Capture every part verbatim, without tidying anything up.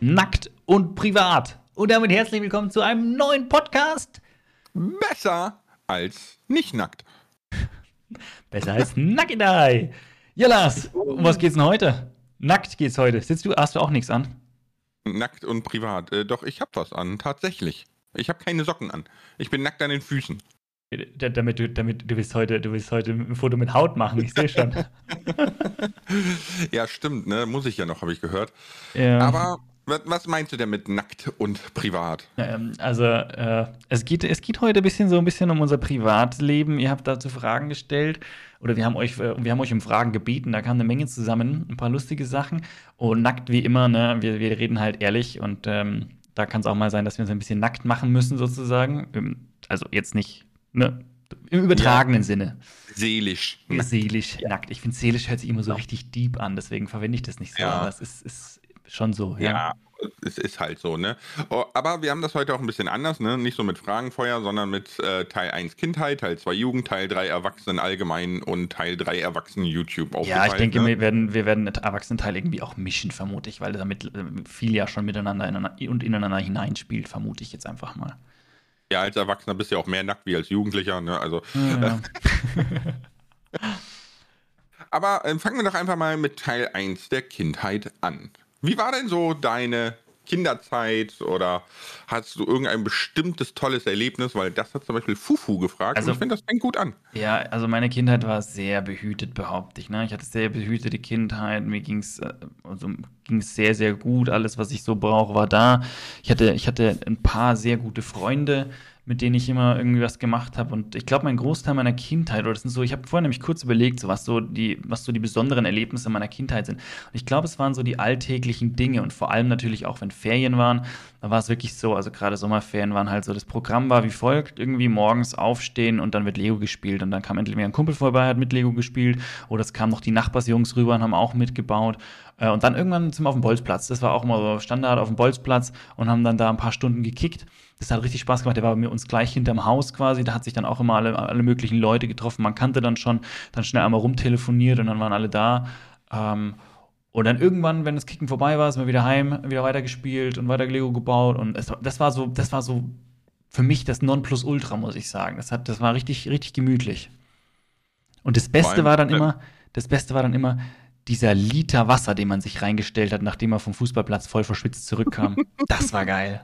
Nackt und privat. Und damit herzlich willkommen zu einem neuen Podcast. Besser als nicht nackt. Besser als Nackedei. Ja, Lars, um was geht's denn heute? Nackt geht's heute. Sitzt du, hast du auch nichts an? Nackt und privat. Äh, doch, ich hab was an, tatsächlich. Ich habe keine Socken an. Ich bin nackt an den Füßen. D- Damit du, damit du willst heute, du willst heute ein Foto mit Haut machen, ich sehe schon. Ja, stimmt, ne? Muss ich ja noch, habe ich gehört. Ja. Aber wa- was meinst du denn mit nackt und privat? Ähm, also, äh, es geht, es geht heute ein bisschen so ein bisschen um unser Privatleben. Ihr habt dazu Fragen gestellt oder wir haben euch, äh, wir haben euch um Fragen gebeten. Da kam eine Menge zusammen, ein paar lustige Sachen. Und nackt wie immer, ne? Wir, wir reden halt ehrlich und ähm, da kann es auch mal sein, dass wir uns ein bisschen nackt machen müssen, sozusagen. Ähm, Also jetzt nicht, ne? Im übertragenen Sinne. Seelisch. Seelisch, nackt. Ich finde, seelisch hört sich immer so richtig deep an, deswegen verwende ich das nicht so. Ja. Aber es ist, ist schon so, ja. Ja, es ist halt so, ne? Oh, aber wir haben das heute auch ein bisschen anders, ne? Nicht so mit Fragenfeuer, sondern mit äh, Teil eins Kindheit, Teil zwei Jugend, Teil drei Erwachsenen allgemein und Teil drei Erwachsenen YouTube Ja, aufgeteilt. ich denke, ne? wir werden, wir werden den Erwachsenenteil irgendwie auch mischen, vermute ich, weil damit äh, viel ja schon miteinander ineinander- und ineinander hineinspielt, vermute ich jetzt einfach mal. Ja, als Erwachsener bist du ja auch mehr nackt wie als Jugendlicher, ne? Also, Ja. aber äh, fangen wir doch einfach mal mit Teil eins der Kindheit an. Wie war denn so deine Kinderzeit oder hast du irgendein bestimmtes tolles Erlebnis? Weil das hat zum Beispiel Fufu gefragt Also- und ich finde, das fängt gut an. Ja, also meine Kindheit war sehr behütet, behaupte ich. Ne? Ich hatte sehr behütete Kindheit. Mir ging es äh, also ging's sehr, sehr gut. Alles, was ich so brauche, war da. Ich hatte, ich hatte ein paar sehr gute Freunde, mit denen ich immer irgendwie was gemacht habe. Und ich glaube, mein Großteil meiner Kindheit, oder das sind so, ich habe vorhin nämlich kurz überlegt, so was so die, was so die besonderen Erlebnisse meiner Kindheit sind. Und ich glaube, es waren so die alltäglichen Dinge und vor allem natürlich auch, wenn Ferien waren, da war es wirklich so, also gerade Sommerferien waren halt so, das Programm war wie folgt, irgendwie morgens aufstehen und dann wird Lego gespielt und dann kam entweder ein Kumpel vorbei, hat mit Lego gespielt oder es kamen noch die Nachbarsjungs rüber und haben auch mitgebaut. Äh, Und dann irgendwann sind wir auf dem Bolzplatz. Das war auch immer so Standard auf dem Bolzplatz und haben dann da ein paar Stunden gekickt. Das hat richtig Spaß gemacht. Der war bei uns gleich hinterm Haus quasi. Da hat sich dann auch immer alle, alle möglichen Leute getroffen. Man kannte dann schon, dann schnell einmal rumtelefoniert und dann waren alle da. Ähm, und dann irgendwann, wenn das Kicken vorbei war, sind wir wieder heim, wieder weitergespielt und weiter Lego gebaut. Und es, das war so, das war so für mich das Nonplusultra, muss ich sagen. Das hat, das war richtig, richtig gemütlich. Und das Beste allem- war dann immer, das Beste war dann immer dieser Liter Wasser, den man sich reingestellt hat, nachdem er vom Fußballplatz voll verschwitzt zurückkam. Das war geil.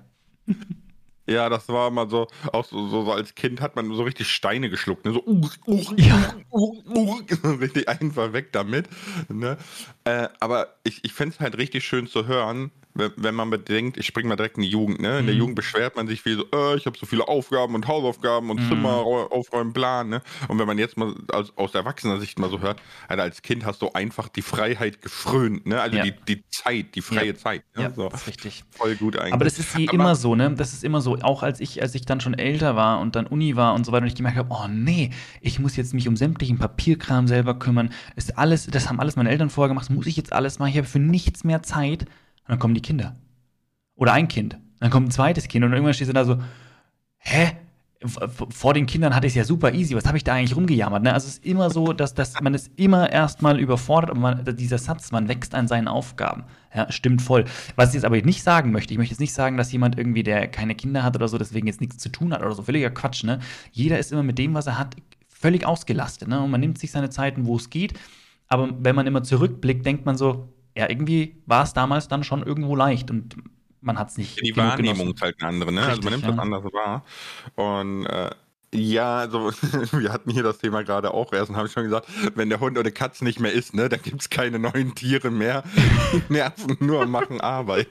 Ja, das war mal so, auch so, so, so als Kind hat man so richtig Steine geschluckt, ne? So, uh, uh, Ja. uh, uh, uh, richtig einfach weg damit. Ne? Äh, aber ich, ich fände es halt richtig schön zu hören, wenn, wenn man bedenkt, ich spring mal direkt in die Jugend, ne? In der Mhm. Jugend beschwert man sich viel so, äh, ich habe so viele Aufgaben und Hausaufgaben und Mhm. Zimmer au- aufräumen, Plan, ne? Und wenn man jetzt mal aus, aus erwachsener Sicht mal so hört, Alter, als Kind hast du einfach die Freiheit gefrönt, ne? Also Ja. die, die Zeit, die freie Ja. Zeit. Ne? Ja, So. das ist richtig. Voll gut eigentlich. Aber das ist eh Aber- immer so, ne? Das ist immer so. Auch als ich, als ich dann schon älter war und dann Uni war und so weiter und ich gemerkt habe, oh nee, ich muss jetzt mich um sämtlichen Papierkram selber kümmern. Ist alles, das haben alles meine Eltern vorher gemacht, das muss ich jetzt alles machen. Ich habe für nichts mehr Zeit. Und dann kommen die Kinder. Oder ein Kind. Dann kommt ein zweites Kind und irgendwann stehst du da so, hä? V- v- Vor den Kindern hatte ich es ja super easy. Was habe ich da eigentlich rumgejammert? Ne? Also es ist immer so, dass, dass man ist immer erstmal überfordert und man, dieser Satz, man wächst an seinen Aufgaben. Ja, stimmt voll. Was ich jetzt aber nicht sagen möchte, ich möchte jetzt nicht sagen, dass jemand irgendwie, der keine Kinder hat oder so, deswegen jetzt nichts zu tun hat oder so. Völliger Quatsch, ne? Jeder ist immer mit dem, was er hat, völlig ausgelastet, ne? Und man nimmt sich seine Zeiten, wo es geht. Aber wenn man immer zurückblickt, denkt man so, ja, irgendwie war es damals dann schon irgendwo leicht und man hat es nicht Die genug Wahrnehmung genossen. ist halt eine andere, ne? Also Richtig, man nimmt ja. das anders wahr. Und äh, ja, also wir hatten hier das Thema gerade auch erst und habe ich schon gesagt, wenn der Hund oder Katze nicht mehr ist, ne, dann gibt es keine neuen Tiere mehr. Die nerven nur, machen Arbeit.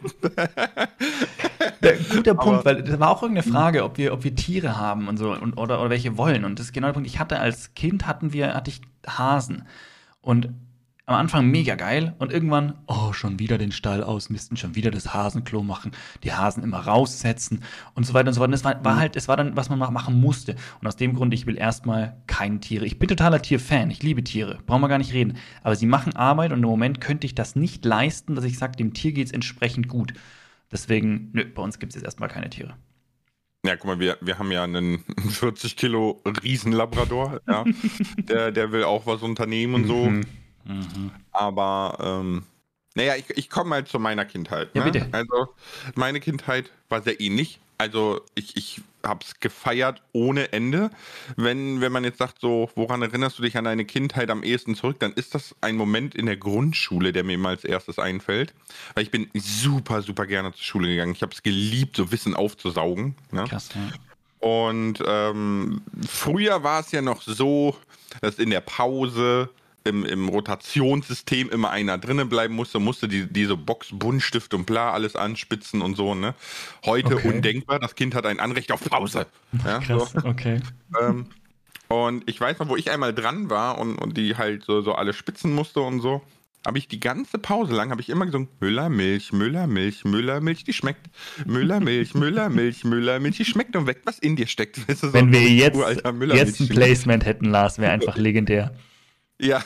Ja, guter Punkt, Aber- weil das war auch irgendeine Frage, ob wir, ob wir Tiere haben und so und, oder, oder welche wollen. Und das ist genau der Punkt. Ich hatte als Kind hatten wir, hatte ich Hasen. Und am Anfang mega geil und irgendwann, oh, schon wieder den Stall ausmisten, schon wieder das Hasenklo machen, die Hasen immer raussetzen und so weiter und so fort. Und das war, war halt, es war dann, was man machen musste. Und aus dem Grund, ich will erstmal keine Tiere. Ich bin totaler Tierfan, ich liebe Tiere, brauchen wir gar nicht reden. Aber sie machen Arbeit und im Moment könnte ich das nicht leisten, dass ich sage, dem Tier geht es entsprechend gut. Deswegen, nö, bei uns gibt es jetzt erstmal keine Tiere. Ja, guck mal, wir, wir haben ja einen vierzig Kilo Riesenlabrador, ja. der, der will auch was unternehmen und so. Mhm. Mhm. Aber ähm, Naja, ich, ich komme mal zu meiner Kindheit. Ja, Ne? bitte. Also, meine Kindheit war sehr ähnlich. Also, ich, ich habe es gefeiert ohne Ende. Wenn, wenn man jetzt sagt, so, woran erinnerst du dich an deine Kindheit am ehesten zurück, dann ist das ein Moment in der Grundschule, der mir immer als erstes einfällt. Weil ich bin super, super gerne zur Schule gegangen. Ich habe es geliebt, so Wissen aufzusaugen. Ne? Krass, ja. Und ähm, früher war es ja noch so, dass in der Pause im, im Rotationssystem immer einer drinnen bleiben musste, musste die, diese Box Buntstift und bla alles anspitzen und so, ne? Heute Okay. undenkbar, das Kind hat ein Anrecht auf Pause. Ja, so. Krass, okay. Ähm, und ich weiß noch, wo ich einmal dran war und, und die halt so, so alle spitzen musste und so, habe ich die ganze Pause lang, habe ich immer gesungen, Müller Milch, Müller Milch, Müller Milch, die schmeckt. Müller Milch, Müller Milch, Müller Milch, die schmeckt und weckt, was in dir steckt. Weißt du, so Wenn ein wir jetzt, uralter jetzt ein Müller-Milch. Placement hätten, Lars, wäre einfach legendär. Ja,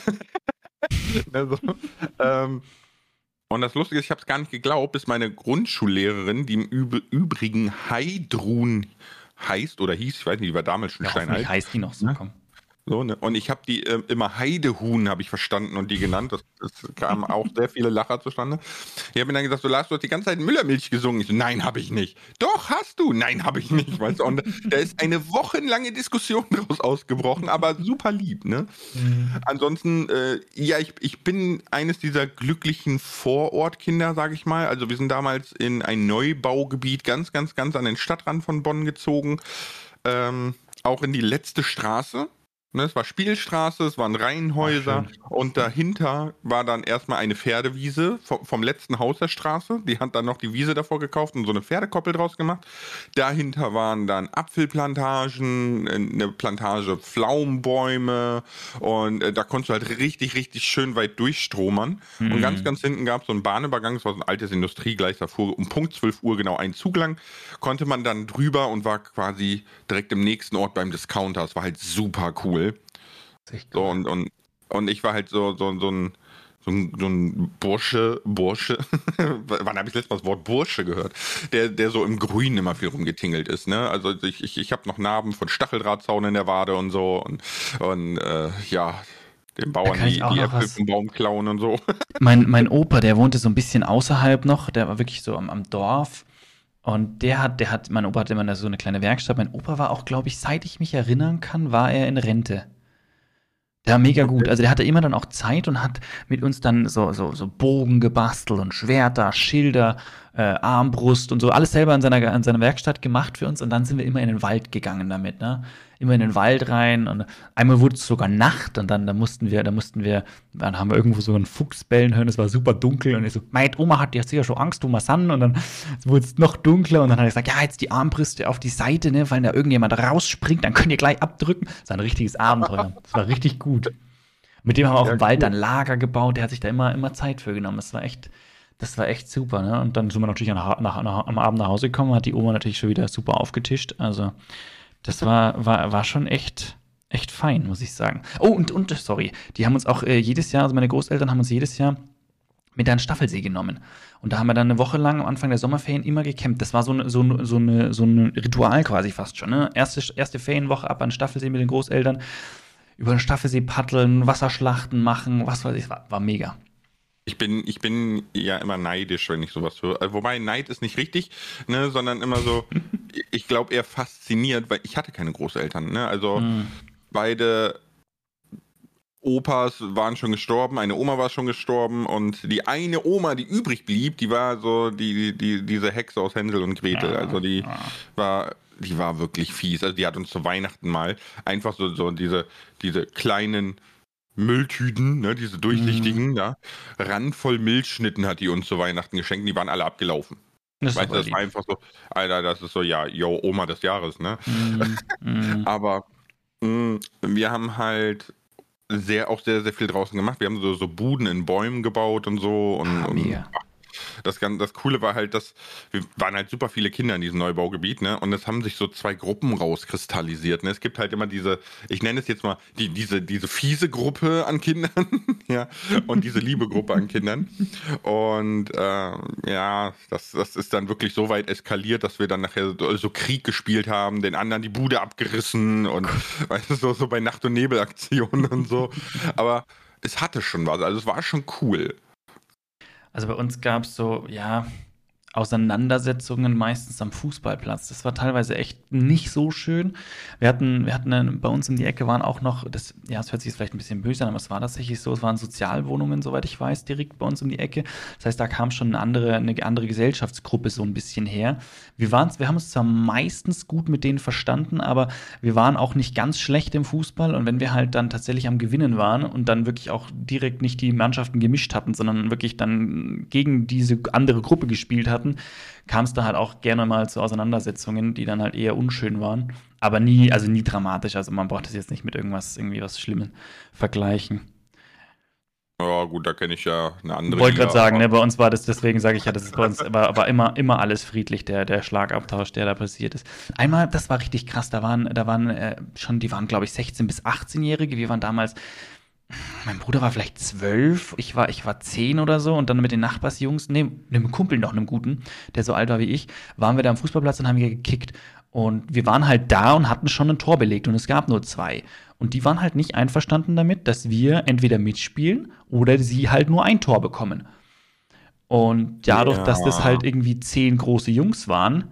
also, ähm, und das Lustige ist, ich habe es gar nicht geglaubt, bis meine Grundschullehrerin, die im Üb Übrigen Heidrun heißt oder hieß, ich weiß nicht, die war damals schon Ja, hoffentlich steinalt. heißt die noch so, komm. So, ne? Und ich habe die äh, immer Heidehuhn, habe ich verstanden und die genannt. Das, das kamen auch sehr viele Lacher zustande. Ich habe mir dann gesagt, so Lars, du hast die ganze Zeit Müllermilch gesungen. Ich so, nein, habe ich nicht. Doch, hast du. Nein, habe ich nicht. Weißt du? Und da ist eine wochenlange Diskussion draus ausgebrochen, aber super lieb. Ne? Mhm. Ansonsten, äh, ja, ich, ich bin eines dieser glücklichen Vorortkinder, sage ich mal. Also wir sind damals in ein Neubaugebiet ganz, ganz, ganz an den Stadtrand von Bonn gezogen. Ähm, auch in die letzte Straße. Ne, es war Spielstraße, es waren Ah, Reihenhäuser schön. und dahinter war dann erstmal eine Pferdewiese vom, vom letzten Haus der Straße. Die hat dann noch die Wiese davor gekauft und so eine Pferdekoppel draus gemacht. Dahinter waren dann Apfelplantagen, eine Plantage Pflaumenbäume und äh, da konntest du halt richtig, richtig schön weit durchstromern. Und ganz, Mhm. ganz hinten gab es so einen Bahnübergang, das war so ein altes Industriegleis, da fuhr um Punkt zwölf Uhr genau ein Zug lang, konnte man dann drüber und war quasi direkt im nächsten Ort beim Discounter. Das war halt super cool. Das ist echt So, cool. und, und, und ich war halt so, so, so ein, so ein, so ein Bursche, Bursche, wann habe ich letztes Mal das Wort Bursche gehört? Der, der so im Grün immer viel rumgetingelt ist, ne? Also ich, ich, ich habe noch Narben von Stacheldrahtzaun in der Wade und so und, und äh, ja, den Da Bauern kann ich die, auch die noch Äpfel was. vom Baum klauen und so. Mein, mein Opa, der wohnte so ein bisschen außerhalb noch, der war wirklich so am, am Dorf. Und der hat, der hat, mein Opa hatte immer so eine kleine Werkstatt. Mein Opa war auch, glaube ich, seit ich mich erinnern kann, war er in Rente. Der war mega gut. Okay. Also der hatte immer dann auch Zeit und hat mit uns dann so, so, so Bogen gebastelt und Schwerter, Schilder, äh, Armbrust und so, alles selber in seiner, in seiner Werkstatt gemacht für uns. Und dann sind wir immer in den Wald gegangen damit, ne? Immer in den Wald rein. Und einmal wurde es sogar Nacht und dann da mussten wir, da mussten wir, dann haben wir irgendwo so einen Fuchs bellen hören, es war super dunkel. Und ich so, Meit, Oma hat jetzt sicher schon Angst, du mal san. Und dann wurde es noch dunkler und dann hat er gesagt, ja, jetzt die Armbrüste auf die Seite, ne, weil da irgendjemand rausspringt, dann könnt ihr gleich abdrücken. Das war ein richtiges Abenteuer. Das war richtig gut. Mit dem haben wir auch Ja, im Wald cool. dann Lager gebaut. Der hat sich da immer, immer Zeit für genommen. Das war echt, das war echt super. Ne? Und dann sind wir natürlich nach, nach, nach, am Abend nach Hause gekommen, hat die Oma natürlich schon wieder super aufgetischt. Also, das war, war, war schon echt, echt fein, muss ich sagen. Oh, und, und sorry, die haben uns auch äh, jedes Jahr, also meine Großeltern haben uns jedes Jahr mit an den Staffelsee genommen. Und da haben wir dann eine Woche lang am Anfang der Sommerferien immer gecampt. Das war so, eine, so, eine, so, eine, so ein Ritual quasi fast schon. Ne? Erste, erste Ferienwoche ab an den Staffelsee mit den Großeltern, über den Staffelsee paddeln, Wasserschlachten machen, was weiß ich, war, war mega. Ich bin, ich bin ja immer neidisch, wenn ich sowas höre. Äh, Wobei Neid ist nicht richtig, ne, sondern immer so, ich glaube eher fasziniert, weil ich hatte keine Großeltern, ne? Also Hm. beide Opas waren schon gestorben, eine Oma war schon gestorben und die eine Oma, die übrig blieb, die war so die, die, diese Hexe aus Hänsel und Gretel. Also Ja, die ja. war, die war wirklich fies. Also die hat uns zu Weihnachten mal einfach so, so diese, diese kleinen Mülltüten, ne, diese Hm. durchsichtigen, ja, randvoll Milchschnitten hat die uns zu Weihnachten geschenkt, die waren alle abgelaufen. Das ist Weißt du, aber das war lieb. einfach so, Alter, das ist so, ja, yo, Oma des Jahres, ne? Hm. Hm. Aber mh, wir haben halt sehr, auch sehr, sehr viel draußen gemacht. Wir haben so, so Buden in Bäumen gebaut und so und, Ah, und mega. das, Gan- das Coole war halt, dass wir waren halt super viele Kinder in diesem Neubaugebiet, ne? Und es haben sich so zwei Gruppen rauskristallisiert. Ne? Es gibt halt immer diese, ich nenne es jetzt mal, die, diese, diese fiese Gruppe an Kindern, ja, und diese liebe Gruppe an Kindern. Und äh, ja, das, das ist dann wirklich so weit eskaliert, dass wir dann nachher so, so Krieg gespielt haben, den anderen die Bude abgerissen und weißt du, so, so bei Nacht- und Nebelaktionen und so. Aber es hatte schon was, also es war schon cool. Also bei uns gab es so, ja, Auseinandersetzungen meistens am Fußballplatz. Das war teilweise echt nicht so schön. Wir hatten, wir hatten eine, bei uns um die Ecke waren auch noch, das, ja, es hört sich jetzt vielleicht ein bisschen böse an, aber es war tatsächlich so, es waren Sozialwohnungen, soweit ich weiß, direkt bei uns um die Ecke. Das heißt, da kam schon eine andere, eine andere Gesellschaftsgruppe so ein bisschen her. Wir waren's, wir haben uns zwar meistens gut mit denen verstanden, aber wir waren auch nicht ganz schlecht im Fußball. Und wenn wir halt dann tatsächlich am Gewinnen waren und dann wirklich auch direkt nicht die Mannschaften gemischt hatten, sondern wirklich dann gegen diese andere Gruppe gespielt hatten, kam es da halt auch gerne mal zu Auseinandersetzungen, die dann halt eher unschön waren. Aber nie, also nie dramatisch. Also man braucht das jetzt nicht mit irgendwas, irgendwie was Schlimmes vergleichen. Ja, gut, da kenne ich ja eine andere Wollte Liga. gerade sagen, Aber ne, bei uns war das, deswegen sage ich ja, das ist bei uns war, war immer, immer alles friedlich, der, der Schlagabtausch, der da passiert ist. Einmal, das war richtig krass, da waren, da waren äh, schon, die waren, glaube ich, sechzehn- bis achtzehn-Jährige. Wir waren damals, mein Bruder war vielleicht zwölf, ich war, ich war zehn oder so und dann mit den Nachbarsjungs, ne, einem Kumpel noch, einem guten, der so alt war wie ich, waren wir da am Fußballplatz und haben wir gekickt. Und wir waren halt da und hatten schon ein Tor belegt und es gab nur zwei. Und die waren halt nicht einverstanden damit, dass wir entweder mitspielen oder sie halt nur ein Tor bekommen. Und dadurch, dass das ja, halt irgendwie zehn große Jungs waren,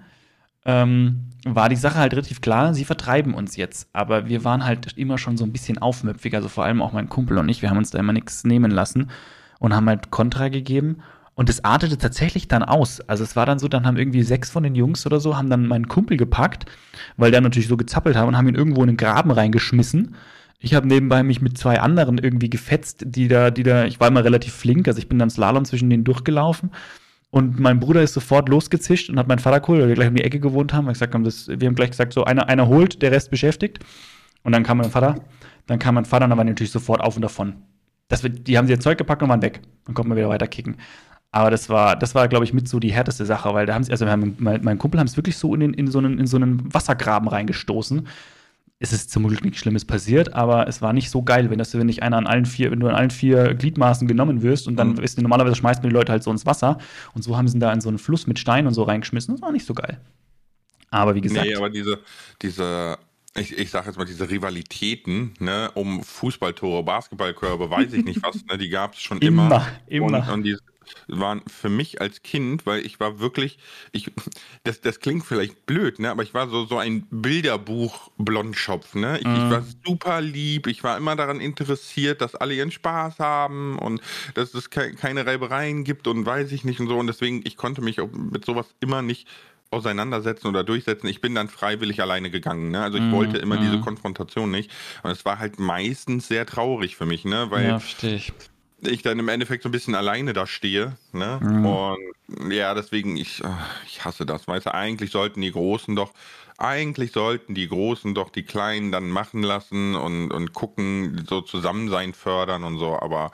ähm, war die Sache halt relativ klar, sie vertreiben uns jetzt. Aber wir waren halt immer schon so ein bisschen aufmüpfig, also vor allem auch mein Kumpel und ich, wir haben uns da immer nichts nehmen lassen und haben halt Kontra gegeben. Und es artete tatsächlich dann aus. Also es war dann so, dann haben irgendwie sechs von den Jungs oder so, haben dann meinen Kumpel gepackt, weil der natürlich so gezappelt haben und haben ihn irgendwo in den Graben reingeschmissen. Ich habe nebenbei mich mit zwei anderen irgendwie gefetzt, die da, die da, ich war immer relativ flink, also ich bin dann Slalom zwischen denen durchgelaufen. Und mein Bruder ist sofort losgezischt und hat meinen Vater geholt, weil wir gleich um die Ecke gewohnt haben. Wir, gesagt haben das, wir haben gleich gesagt, so einer, einer holt, der Rest beschäftigt. Und dann kam mein Vater, dann kam mein Vater und dann waren die natürlich sofort auf und davon. Das, die haben sie ihr Zeug gepackt und waren weg. Dann konnte man wieder weiter kicken. Aber das war, das war, glaube ich, mit so die härteste Sache, weil da haben sie, also wir haben, mein, mein Kumpel haben es wirklich so in, den, in, so einen, in so einen Wassergraben reingestoßen. Es ist zum Glück nichts Schlimmes passiert, aber es war nicht so geil, wenn das, wenn nicht einer an allen vier, wenn du an allen vier Gliedmaßen genommen wirst und dann hm. ist normalerweise schmeißt man die Leute halt so ins Wasser und so haben sie ihn da in so einen Fluss mit Steinen und so reingeschmissen. Das war nicht so geil. Aber wie Nee, gesagt, aber diese, diese, ich, ich sage jetzt mal, diese Rivalitäten, ne, um Fußballtore, Basketballkörbe, weiß ich nicht was, ne, die gab es schon immer. immer, Und, immer. und die waren für mich als Kind, weil ich war wirklich, ich, das, das klingt vielleicht blöd, ne, aber ich war so, so ein Bilderbuch-Blondschopf, ne. Ich, ich war Mm, super lieb, ich war immer daran interessiert, dass alle ihren Spaß haben und dass es ke keine Reibereien gibt und weiß ich nicht und so. Und deswegen, ich konnte mich auch mit sowas immer nicht auseinandersetzen oder durchsetzen. Ich bin dann freiwillig alleine gegangen, ne? Also ich wollte mm, immer diese mm. Konfrontation nicht. Und es war halt meistens sehr traurig für mich, ne? Weil Ja, verstehe ich. ich dann im Endeffekt so ein bisschen alleine da stehe, ne? Mm. Und ja, deswegen, ich, äh, ich hasse das. Weißt du, eigentlich sollten die Großen doch, eigentlich sollten die Großen doch die Kleinen dann machen lassen und, und gucken, so Zusammensein fördern und so, aber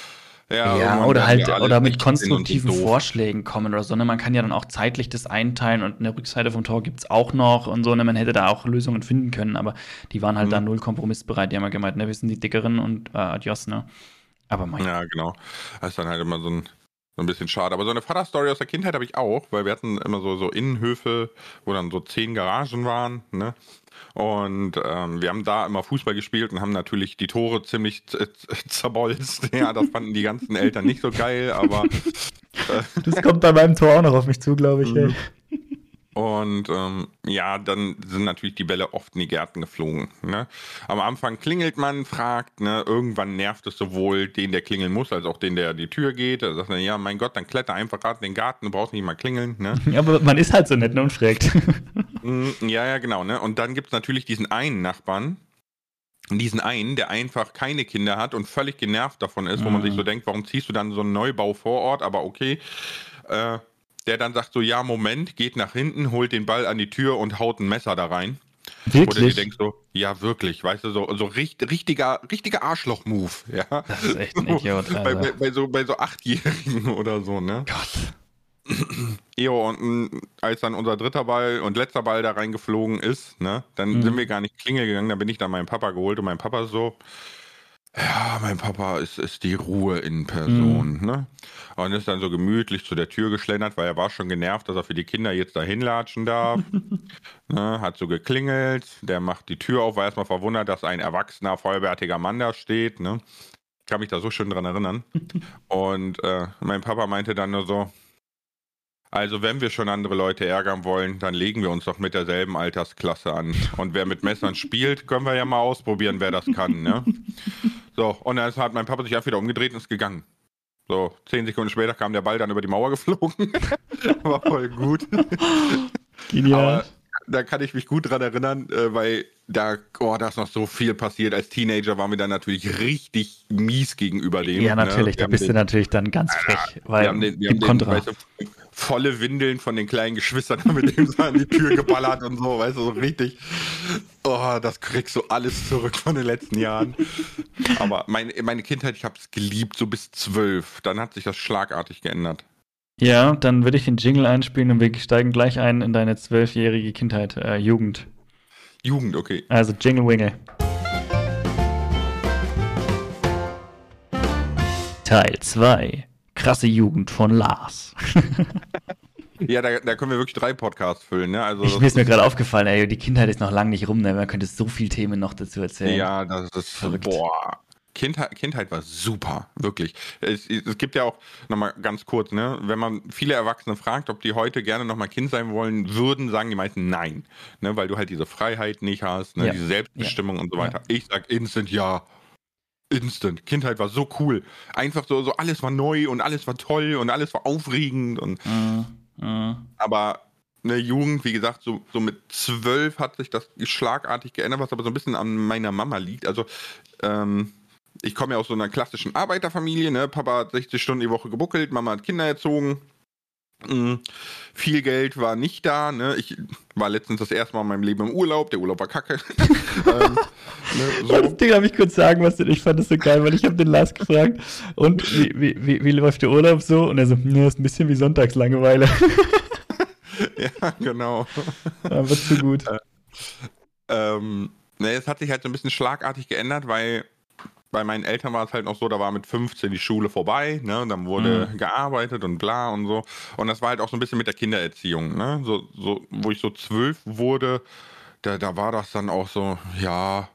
ja, Ja, irgendwann oder werden wir halt, alle oder mit sechzehn und sind konstruktiven doof. Vorschlägen kommen oder so, ne? Man kann ja dann auch zeitlich das einteilen und eine Rückseite vom Tor gibt's auch noch und so, ne? Man hätte da auch Lösungen finden können, aber die waren halt da Hm. null kompromissbereit. Die haben ja gemeint, ne, wir sind die Dickeren und äh, adios, ne? Aber mei. Ja, genau. Das ist dann halt immer so ein, so ein bisschen schade. Aber so eine Vaterstory aus der Kindheit habe ich auch, weil wir hatten immer so, so Innenhöfe, wo dann so zehn Garagen waren, ne? Und ähm, wir haben da immer Fußball gespielt und haben natürlich die Tore ziemlich z- z- zerbolzt. Ja, das fanden die ganzen Eltern nicht so geil, aber Das kommt bei meinem Tor auch noch auf mich zu, glaube ich, ey. äh, und ähm, ja, dann sind natürlich die Bälle oft in die Gärten geflogen. Ne? Am Anfang klingelt man, fragt, ne? Irgendwann nervt es sowohl den, der klingeln muss, als auch den, der die Tür geht. Da sagt er, ja, mein Gott, dann kletter einfach gerade in den Garten, du brauchst nicht mal klingeln. Ne? Ja, aber man ist halt so nett, ne, und fragt. Mm, ja, ja, genau. Ne? Und dann gibt es natürlich diesen einen Nachbarn, diesen einen, der einfach keine Kinder hat und völlig genervt davon ist, wo man sich so Mm. denkt, warum ziehst du dann so einen Neubau vor Ort, aber okay. Äh, der dann sagt so, ja, Moment, geht nach hinten, holt den Ball an die Tür und haut ein Messer da rein. Wo du dir Wirklich? denkst so, ja, wirklich, weißt du, so, so richt, richtiger, richtiger Arschloch-Move, ja. Das ist echt ein So, Idiot, bei, also. bei, bei so, bei so Achtjährigen oder so, ne? Gott. Jo, und mm, als dann unser dritter Ball und letzter Ball da reingeflogen ist, ne, dann sind wir Mm. gar nicht Klingel gegangen, da bin ich dann meinen Papa geholt und mein Papa so, ja, mein Papa ist, ist die Ruhe in Mm. Person, ne? Und ist dann so gemütlich zu der Tür geschlendert, weil er war schon genervt, dass er für die Kinder jetzt da hinlatschen darf. Ne? Hat so geklingelt, der macht die Tür auf, war erstmal verwundert, dass ein erwachsener, vollbärtiger Mann da steht, ne? kann mich da so schön dran erinnern. Und äh, mein Papa meinte dann nur so, also wenn wir schon andere Leute ärgern wollen, dann legen wir uns doch mit derselben Altersklasse an. Und wer mit Messern spielt, können wir ja mal ausprobieren, wer das kann, ne? So, und dann hat mein Papa sich einfach wieder umgedreht und ist gegangen. So, zehn Sekunden später kam der Ball dann über die Mauer geflogen. War voll gut. Genial. Aber da kann ich mich gut dran erinnern, äh, weil da, oh, da ist noch so viel passiert. Als Teenager waren wir dann natürlich richtig mies gegenüber dem. Ja, natürlich, ne? da bist den, du natürlich dann ganz frech, weil wir haben den, wir im haben den Kontra. weißt du, volle Windeln von den kleinen Geschwistern mit dem so an die Tür geballert und so, weißt du, so richtig. Oh, das kriegst du alles zurück von den letzten Jahren. Aber meine, meine Kindheit, ich habe es geliebt, so bis zwölf. Dann hat sich das schlagartig geändert. Ja, dann würde ich den Jingle einspielen und wir steigen gleich ein in deine zwölfjährige Kindheit, äh, Jugend. Jugend, okay. Also Jingle Wingle. Teil zwei. Krasse Jugend von Lars. Ja, da, da können wir wirklich drei Podcasts füllen, ne? Also Ich, mir ist mir gerade aufgefallen, ey, die Kindheit ist noch lange nicht rum, ne? Man könnte so viele Themen noch dazu erzählen. Ja, das ist, Verrückt. boah. Kindheit, Kindheit war super, wirklich. Es, es gibt ja auch, nochmal ganz kurz, ne, wenn man viele Erwachsene fragt, ob die heute gerne nochmal Kind sein wollen würden, sagen die meisten nein. Ne, weil du halt diese Freiheit nicht hast, ne, Ja. diese Selbstbestimmung Ja. und so weiter. Ja. Ich sag instant ja. Instant. Kindheit war so cool. Einfach so, so alles war neu und alles war toll und alles war aufregend. Und, Mhm. Mhm. aber eine Jugend, wie gesagt, so, so mit zwölf hat sich das schlagartig geändert, was aber so ein bisschen an meiner Mama liegt. Also, ähm, ich komme ja aus so einer klassischen Arbeiterfamilie, ne? Papa hat sechzig Stunden die Woche gebuckelt, Mama hat Kinder erzogen. Mhm. Viel Geld war nicht da, ne? Ich war letztens das erste Mal in meinem Leben im Urlaub, der Urlaub war kacke. ähm, ne, so. Das Ding habe ich kurz sagen, was denn, ich fand das so geil, weil ich habe den Lars gefragt, und wie, wie, wie, wie läuft der Urlaub so? Und er so, ne, ist ein bisschen wie Sonntagslangeweile. Ja, genau. Aber zu gut. Ähm, ne, es hat sich halt so ein bisschen schlagartig geändert, weil bei meinen Eltern war es halt noch so, da war mit fünfzehn die Schule vorbei, ne? Und dann wurde Mhm. gearbeitet und bla und so. Und das war halt auch so ein bisschen mit der Kindererziehung, ne? So, so, wo ich so zwölf wurde, da, da war das dann auch so, ja,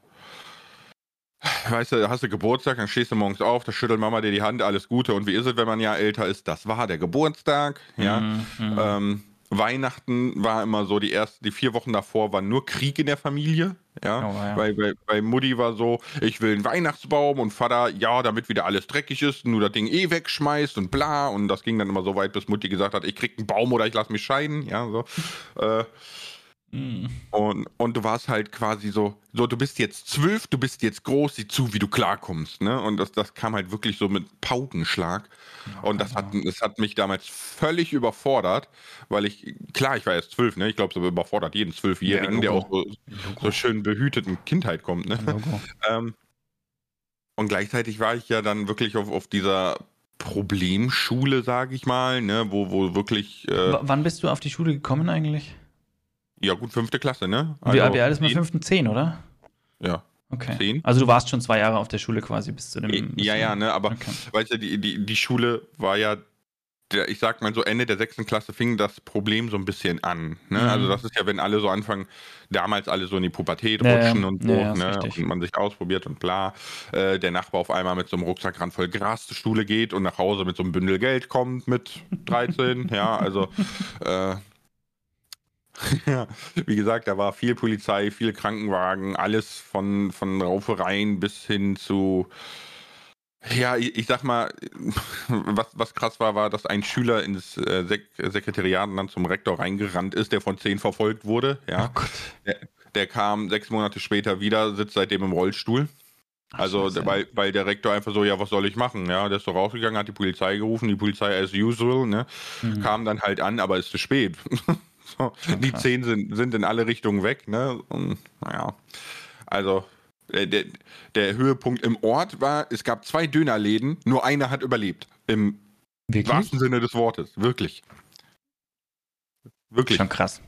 weißt du, hast du Geburtstag, dann stehst du morgens auf, da schüttelt Mama dir die Hand, alles Gute. Und wie ist es, wenn man ja älter ist? Das war der Geburtstag, ja. Mhm. Mhm. Ähm, Weihnachten war immer so, die ersten, die vier Wochen davor war nur Krieg in der Familie, ja. Oh, ja. Weil bei, bei Mutti war so, ich will einen Weihnachtsbaum und Vater, ja, damit wieder alles dreckig ist, nur das Ding eh wegschmeißt und bla. Und das ging dann immer so weit, bis Mutti gesagt hat, ich krieg einen Baum oder ich lass mich scheiden, ja, so. Äh, Mhm. und, und du warst halt quasi so, so, du bist jetzt zwölf, du bist jetzt groß, sieh zu, wie du klarkommst, ne? Und das, das kam halt wirklich so mit Paukenschlag. Und das hat, das hat mich damals völlig überfordert, weil ich, klar, ich war erst zwölf, ne? Ich glaube, so überfordert jeden Zwölfjährigen, Ja, der Logo. auch so, so schön behüteten Kindheit kommt, ne? Logo. Ähm, und gleichzeitig war ich ja dann wirklich auf, auf dieser Problemschule, sage ich mal, ne? Wo, wo wirklich, äh, W- Wann bist du auf die Schule gekommen eigentlich? ja gut, fünfte Klasse, ne? Wie, wie alt ist man? zehn, Fünften, zehn, oder? Ja, Okay. zehn. Also du warst schon zwei Jahre auf der Schule quasi bis zu dem. bis Ja, zu- ja, ne, aber Okay. weißt du, die, die, die Schule war ja, der, ich sag mal so, Ende der sechsten Klasse fing das Problem so ein bisschen an. Ne? Mhm. Also das ist ja, wenn alle so anfangen, damals alle so in die Pubertät Ja, rutschen ja. und so, Ja, ja, ist ne? richtig. Und man sich ausprobiert und bla. Äh, der Nachbar auf einmal mit so einem Rucksack ran voll Gras zur Schule geht und nach Hause mit so einem Bündel Geld kommt mit dreizehn. Ja, also äh, ja, wie gesagt, da war viel Polizei, viel Krankenwagen, alles von, von Raufereien bis hin zu, ja, ich, ich sag mal, was, was krass war, war, dass ein Schüler ins äh, Sek Sekretariat und dann zum Rektor reingerannt ist, der von zehn verfolgt wurde. Ja. Oh Gott. Der, der kam sechs Monate später wieder, sitzt seitdem im Rollstuhl. Ach, Also, Scheiße. weil, weil der Rektor einfach so, ja, was soll ich machen? Ja, der ist so rausgegangen, hat die Polizei gerufen, die Polizei as usual, ne? Mhm. Kam dann halt an, aber ist zu spät. So, die krass. zehn sind, sind in alle Richtungen weg, ne? Und naja, also äh, der, der Höhepunkt im Ort war, es gab zwei Dönerläden, nur einer hat überlebt. Im Wirklich? wahrsten Sinne des Wortes, wirklich. Wirklich. Schon krass.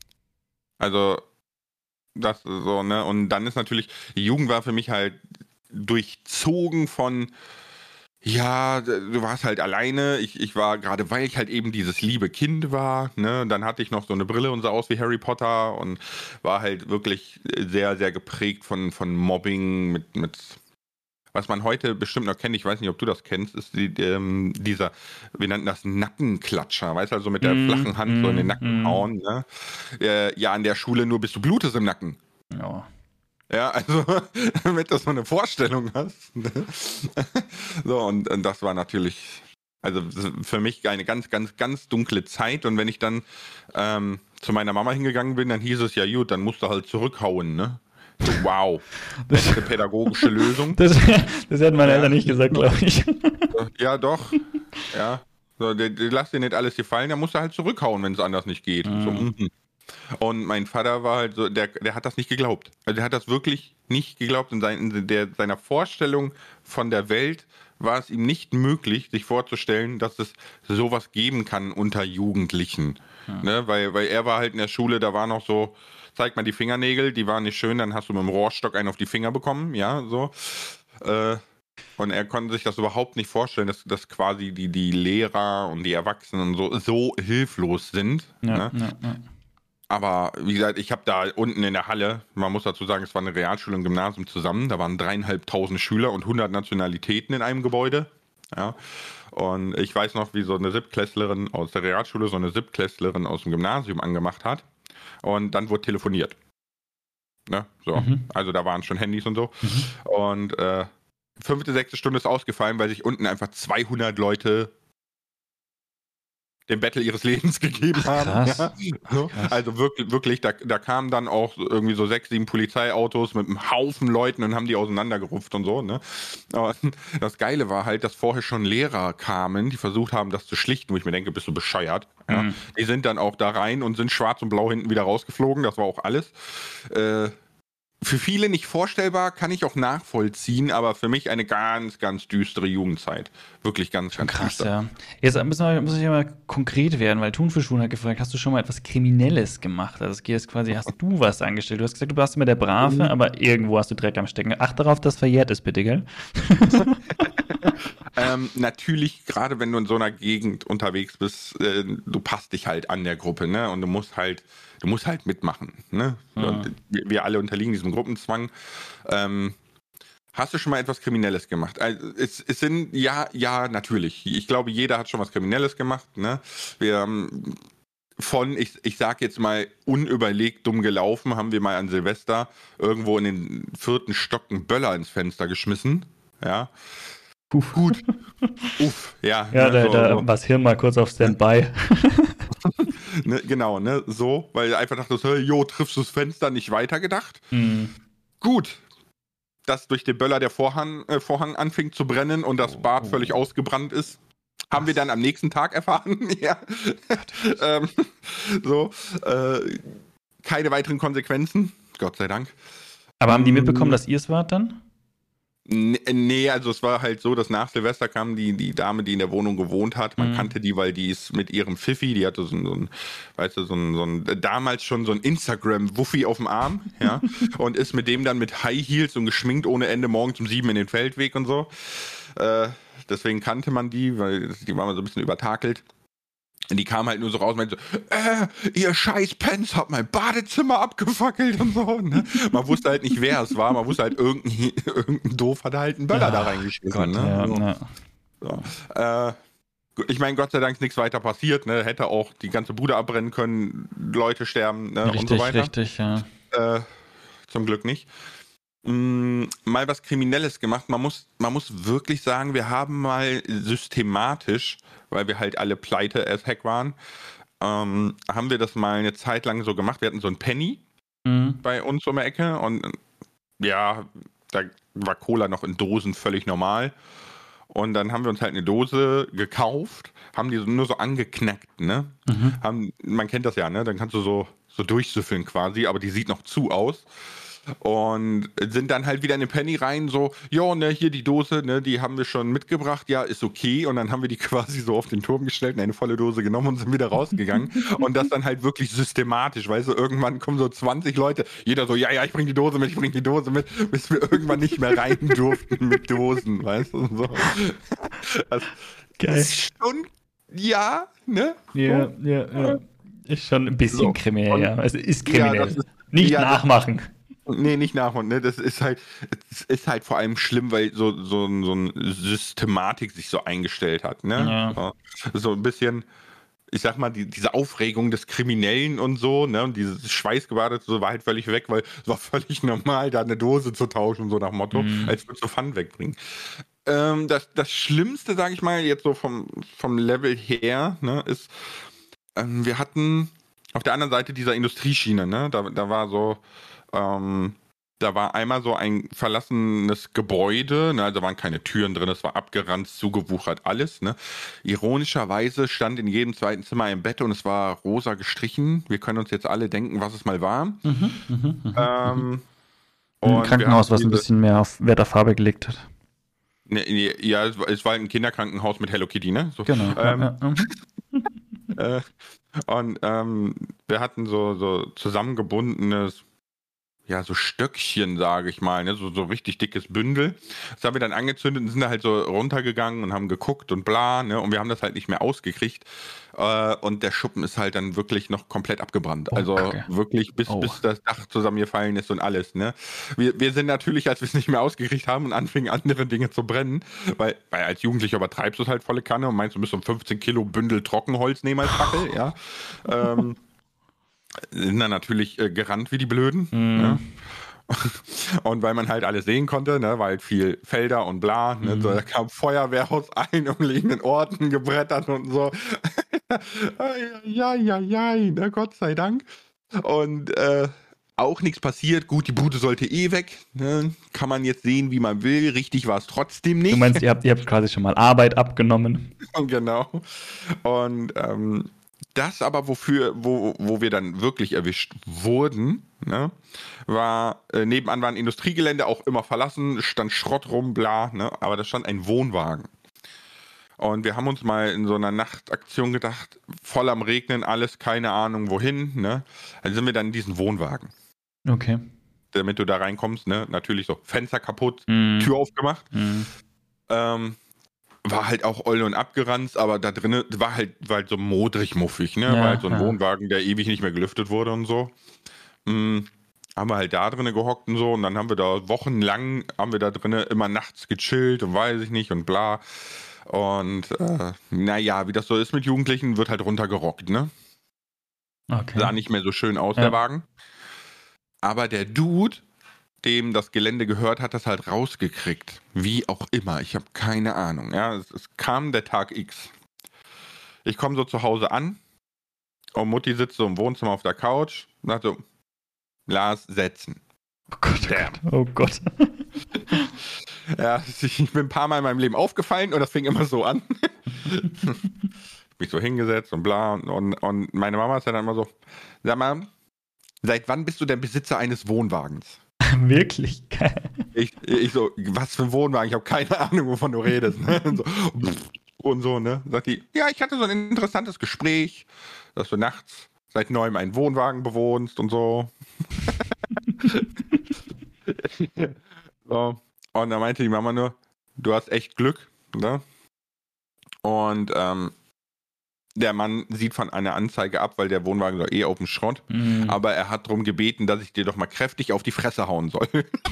Also, das so, ne? Und dann ist natürlich, die Jugend war für mich halt durchzogen von, ja, du warst halt alleine. Ich, ich war, gerade weil ich halt eben dieses liebe Kind war, ne, dann hatte ich noch so eine Brille und sah aus wie Harry Potter und war halt wirklich sehr, sehr geprägt von, von Mobbing mit, mit, was man heute bestimmt noch kennt, ich weiß nicht, ob du das kennst, ist die, ähm, dieser, wir nannten das Nackenklatscher, weißt du, also mit der Mm, flachen Hand mm, so in den Nacken mm. hauen, ne? Äh, ja, an der Schule nur bis du blutest im Nacken. Ja. Ja, also, damit du so eine Vorstellung hast. Ne? So, und, und das war natürlich, also für mich eine ganz, ganz, ganz dunkle Zeit. Und wenn ich dann ähm, zu meiner Mama hingegangen bin, dann hieß es ja, gut, dann musst du halt zurückhauen, ne? So, wow, beste pädagogische Lösung. Das, das hätten meine Ja. Eltern nicht gesagt, glaube ich. Ja, doch. Ja. So, die, die lass dir nicht alles gefallen, dann musst du halt zurückhauen, wenn es anders nicht geht. Mhm. So, mhm. Und mein Vater war halt so, der, der hat das nicht geglaubt. Also der hat das wirklich nicht geglaubt. In, sein, in der, seiner Vorstellung von der Welt war es ihm nicht möglich, sich vorzustellen, dass es sowas geben kann unter Jugendlichen. Ja. Ne? Weil, weil er war halt in der Schule, da war noch so, zeig mal die Fingernägel, die waren nicht schön, dann hast du mit dem Rohrstock einen auf die Finger bekommen, ja, so. Äh, und er konnte sich das überhaupt nicht vorstellen, dass, dass quasi die, die Lehrer und die Erwachsenen so, so hilflos sind. Ja, Ne? ja, ja. Aber wie gesagt, ich habe da unten in der Halle, man muss dazu sagen, es war eine Realschule und Gymnasium zusammen, da waren dreieinhalbtausend Schüler und hundert Nationalitäten in einem Gebäude. Ja. Und ich weiß noch, wie so eine Siebtklässlerin aus der Realschule so eine Siebtklässlerin aus dem Gymnasium angemacht hat. Und dann wurde telefoniert. Ne? So. Mhm. Also da waren schon Handys und so. Mhm. Und äh, fünfte, sechste Stunde ist ausgefallen, weil sich unten einfach zweihundert Leute den Battle ihres Lebens gegeben Ach, haben. krass. Ja. So. Krass. Also wirklich, wirklich da, da kamen dann auch irgendwie so sechs, sieben Polizeiautos mit einem Haufen Leuten und haben die auseinandergerupft und so. Ne? Aber das Geile war halt, dass vorher schon Lehrer kamen, die versucht haben, das zu schlichten, wo ich mir denke, bist du bescheuert. Ja? Mhm. Die sind dann auch da rein und sind schwarz und blau hinten wieder rausgeflogen. Das war auch alles. Äh, Für viele nicht vorstellbar, kann ich auch nachvollziehen, aber für mich eine ganz, ganz düstere Jugendzeit. Wirklich ganz, ganz Krass, düster. ja. Jetzt müssen wir, muss ich ja mal konkret werden, weil Thunfischhuhn hat gefragt, hast du schon mal etwas Kriminelles gemacht? Also es geht jetzt quasi, hast du was angestellt? Du hast gesagt, du warst immer der Brave, Mhm. aber irgendwo hast du Dreck am Stecken. Acht darauf, dass verjährt ist, bitte, gell? Ähm, natürlich, gerade wenn du in so einer Gegend unterwegs bist, äh, du passt dich halt an der Gruppe, ne? Und du musst halt, du musst halt mitmachen, ne? Mhm. Und wir, wir alle unterliegen diesem Gruppenzwang. Ähm, hast du schon mal etwas Kriminelles gemacht? Also, es, es sind, ja, ja, natürlich. Ich glaube, jeder hat schon was Kriminelles gemacht, ne? Wir haben von, ich, ich sag jetzt mal, unüberlegt dumm gelaufen, haben wir mal an Silvester irgendwo in den vierten Stock einen Böller ins Fenster geschmissen, ja? Puh. Gut. Uff, ja. Ja, ne, da, so, da so. war das Hirn mal kurz auf Standby. Ne, genau, ne, so, weil er einfach dachte, so, jo, triffst du das Fenster, nicht weitergedacht. Mhm. Gut, dass durch den Böller der Vorhang, äh, Vorhang anfing zu brennen und das Bad Oh. völlig ausgebrannt ist. Haben wir dann am nächsten Tag erfahren. Ja. ähm, so, äh, keine weiteren Konsequenzen, Gott sei Dank. Aber haben die mitbekommen, Mm. dass ihr es wart dann? N- Nee, also es war halt so, dass nach Silvester kam die, die Dame, die in der Wohnung gewohnt hat. Man Mhm. kannte die, weil die ist mit ihrem Pfiffi, die hatte so ein, so ein weißt du, so ein, so ein damals schon so ein Instagram-Wuffi auf dem Arm, ja, und ist mit dem dann mit High Heels und geschminkt ohne Ende morgens um sieben in den Feldweg und so. Äh, deswegen kannte man die, weil die war mal so ein bisschen übertakelt. Und die kam halt nur so raus und meinte so, äh, ihr scheiß Pens habt mein Badezimmer abgefackelt und so. Ne? Man wusste halt nicht, wer es war. Man wusste halt, irgendein, irgendein Doof hat halt einen Böller da reingeschmissen. Gott, Ne? ja, So. ja. So. Äh, gut, ich meine, Gott sei Dank ist nichts weiter passiert. Ne? Hätte auch die ganze Bude abbrennen können, Leute sterben, ne? Richtig, und so weiter. richtig, ja. Äh, zum Glück nicht. Mm, mal was Kriminelles gemacht. Man muss, man muss wirklich sagen, wir haben mal systematisch, weil wir halt alle pleite as heck waren, ähm, haben wir das mal eine Zeit lang so gemacht. Wir hatten so ein Penny Mhm. bei uns um die Ecke und äh, ja, da war Cola noch in Dosen völlig normal. Und dann haben wir uns halt eine Dose gekauft, haben die so, nur so angeknackt, ne? Mhm. Haben, man kennt das ja, ne? Dann kannst du so, so durchsüffeln quasi, aber die sieht noch zu aus. Und sind dann halt wieder in den Penny rein, so, ja, ne, hier die Dose, ne, die haben wir schon mitgebracht, ja, ist okay. Und dann haben wir die quasi so auf den Turm gestellt und eine volle Dose genommen und sind wieder rausgegangen. Und das dann halt wirklich systematisch, weißt du, irgendwann kommen so zwanzig Leute, jeder so, ja, ja, ich bring die Dose mit, ich bring die Dose mit, bis wir irgendwann nicht mehr rein durften mit Dosen, weißt du, und so. Das Geil. ist schon, ja, ne? Ja, ja, ja. Ist schon ein bisschen So. kriminell, Und- ja. Es ist Ja, kriminell. das ist- Nicht ja, das- nachmachen. Nee, nicht Nachhund, ne? Das ist halt, es ist halt vor allem schlimm, weil so, so, ein- so eine Systematik sich so eingestellt hat, ne? Ja. So, so ein bisschen, ich sag mal, die, diese Aufregung des Kriminellen und so, ne? Und dieses Schweißgebadete, so war halt völlig weg, weil es war völlig normal, da eine Dose zu tauschen, so nach Motto, Mhm. als würdest du Pfand wegbringen. Ähm, das, das Schlimmste, sage ich mal, jetzt so vom, vom Level her, ne, ist, ähm, wir hatten auf der anderen Seite dieser Industrieschiene, ne, da, da war so, ähm, da war einmal so ein verlassenes Gebäude, ne, also waren keine Türen drin, es war abgeranzt, zugewuchert, alles, ne. Ironischerweise stand in jedem zweiten Zimmer ein Bett und es war rosa gestrichen. Wir können uns jetzt alle denken, was es mal war. Mhm, mhm, mhm, mhm. Ähm, Ein und wir Krankenhaus, hatten was ein diese, bisschen mehr auf Wert auf Farbe gelegt hat. ne, ne, ja, es war, es war ein Kinderkrankenhaus mit Hello Kitty, ne? So, Genau. Ja, ähm, ja, mhm. äh, und ähm, wir hatten so, so zusammengebundenes, ja, so Stöckchen, sage ich mal, ne? So, so richtig dickes Bündel. Das haben wir dann angezündet und sind da halt so runtergegangen und haben geguckt und bla, ne? Und wir haben das halt nicht mehr ausgekriegt. Äh, und der Schuppen ist halt dann wirklich noch komplett abgebrannt. Oh, Also Kacke. wirklich bis, Oh. bis das Dach zusammengefallen ist und alles, ne? Wir, wir sind natürlich, als wir es nicht mehr ausgekriegt haben und anfingen andere Dinge zu brennen, weil, weil als Jugendlicher übertreibst du es halt volle Kanne und meinst, du müsst so ein fünfzehn Kilo Bündel Trockenholz nehmen als Fackel, ja. Ähm, sind dann natürlich äh, gerannt wie die Blöden, Mhm. ne? Und weil man halt alles sehen konnte, ne, war halt viel Felder und bla, ne, so, da Mhm. kam Feuerwehr aus allen umliegenden Orten gebrettert und so. Ja, ja, ja, ne, Gott sei Dank. Und äh, auch nichts passiert. Gut, die Bude sollte eh weg. Ne? Kann man jetzt sehen, wie man will. Richtig war es trotzdem Du nicht. meinst, ihr habt, ihr habt quasi schon mal Arbeit abgenommen. Genau. Und ähm, das aber, wofür, wo, wo wir dann wirklich erwischt wurden, ne, war, äh, nebenan war ein Industriegelände, auch immer verlassen, stand Schrott rum, bla, ne, aber da stand ein Wohnwagen. Und wir haben uns mal in so einer Nachtaktion gedacht, voll am Regnen, alles, keine Ahnung wohin, ne. Dann sind wir dann in diesen Wohnwagen, Okay. damit du da reinkommst, ne, natürlich so, Fenster kaputt, Tür Mhm. aufgemacht, Mhm. ähm, war halt auch oll und abgeranzt, aber da drinnen war halt, war halt so modrig muffig, ne? War halt Ja, so ein ja. Wohnwagen, der ewig nicht mehr gelüftet wurde und so. Mm, haben wir halt da drinnen gehockt und so und dann haben wir da wochenlang, haben wir da drinnen immer nachts gechillt und weiß ich nicht und bla. Und äh, naja, wie das so ist mit Jugendlichen, wird halt runtergerockt, ne? Okay. Sah nicht mehr so schön aus, der Ja. Wagen. Aber der Dude, dem das Gelände gehört, hat das halt rausgekriegt. Wie auch immer, ich habe keine Ahnung. Ja, es, es kam der Tag X. Ich komme so zu Hause an und Mutti sitzt so im Wohnzimmer auf der Couch und sagt so, Lars, setzen. Oh Gott, oh Damn. Gott. Oh Gott. Ja, ich bin ein paar Mal in meinem Leben aufgefallen und das fing immer so an. Mich so hingesetzt und bla und, und, und meine Mama ist dann immer so, sag mal, seit wann bist du der Besitzer eines Wohnwagens? Wirklich geil. Ich, ich so, was für ein Wohnwagen? Ich habe keine Ahnung, wovon du redest. Ne? Und, so, und so, ne? Sagt die, ja, ich hatte so ein interessantes Gespräch, dass du nachts seit neuem einen Wohnwagen bewohnst und so. So. Und da meinte die Mama nur, du hast echt Glück, ne? Und ähm, der Mann sieht von einer Anzeige ab, weil der Wohnwagen doch eh auf dem Schrott. Mhm. Aber er hat darum gebeten, dass ich dir doch mal kräftig auf die Fresse hauen soll.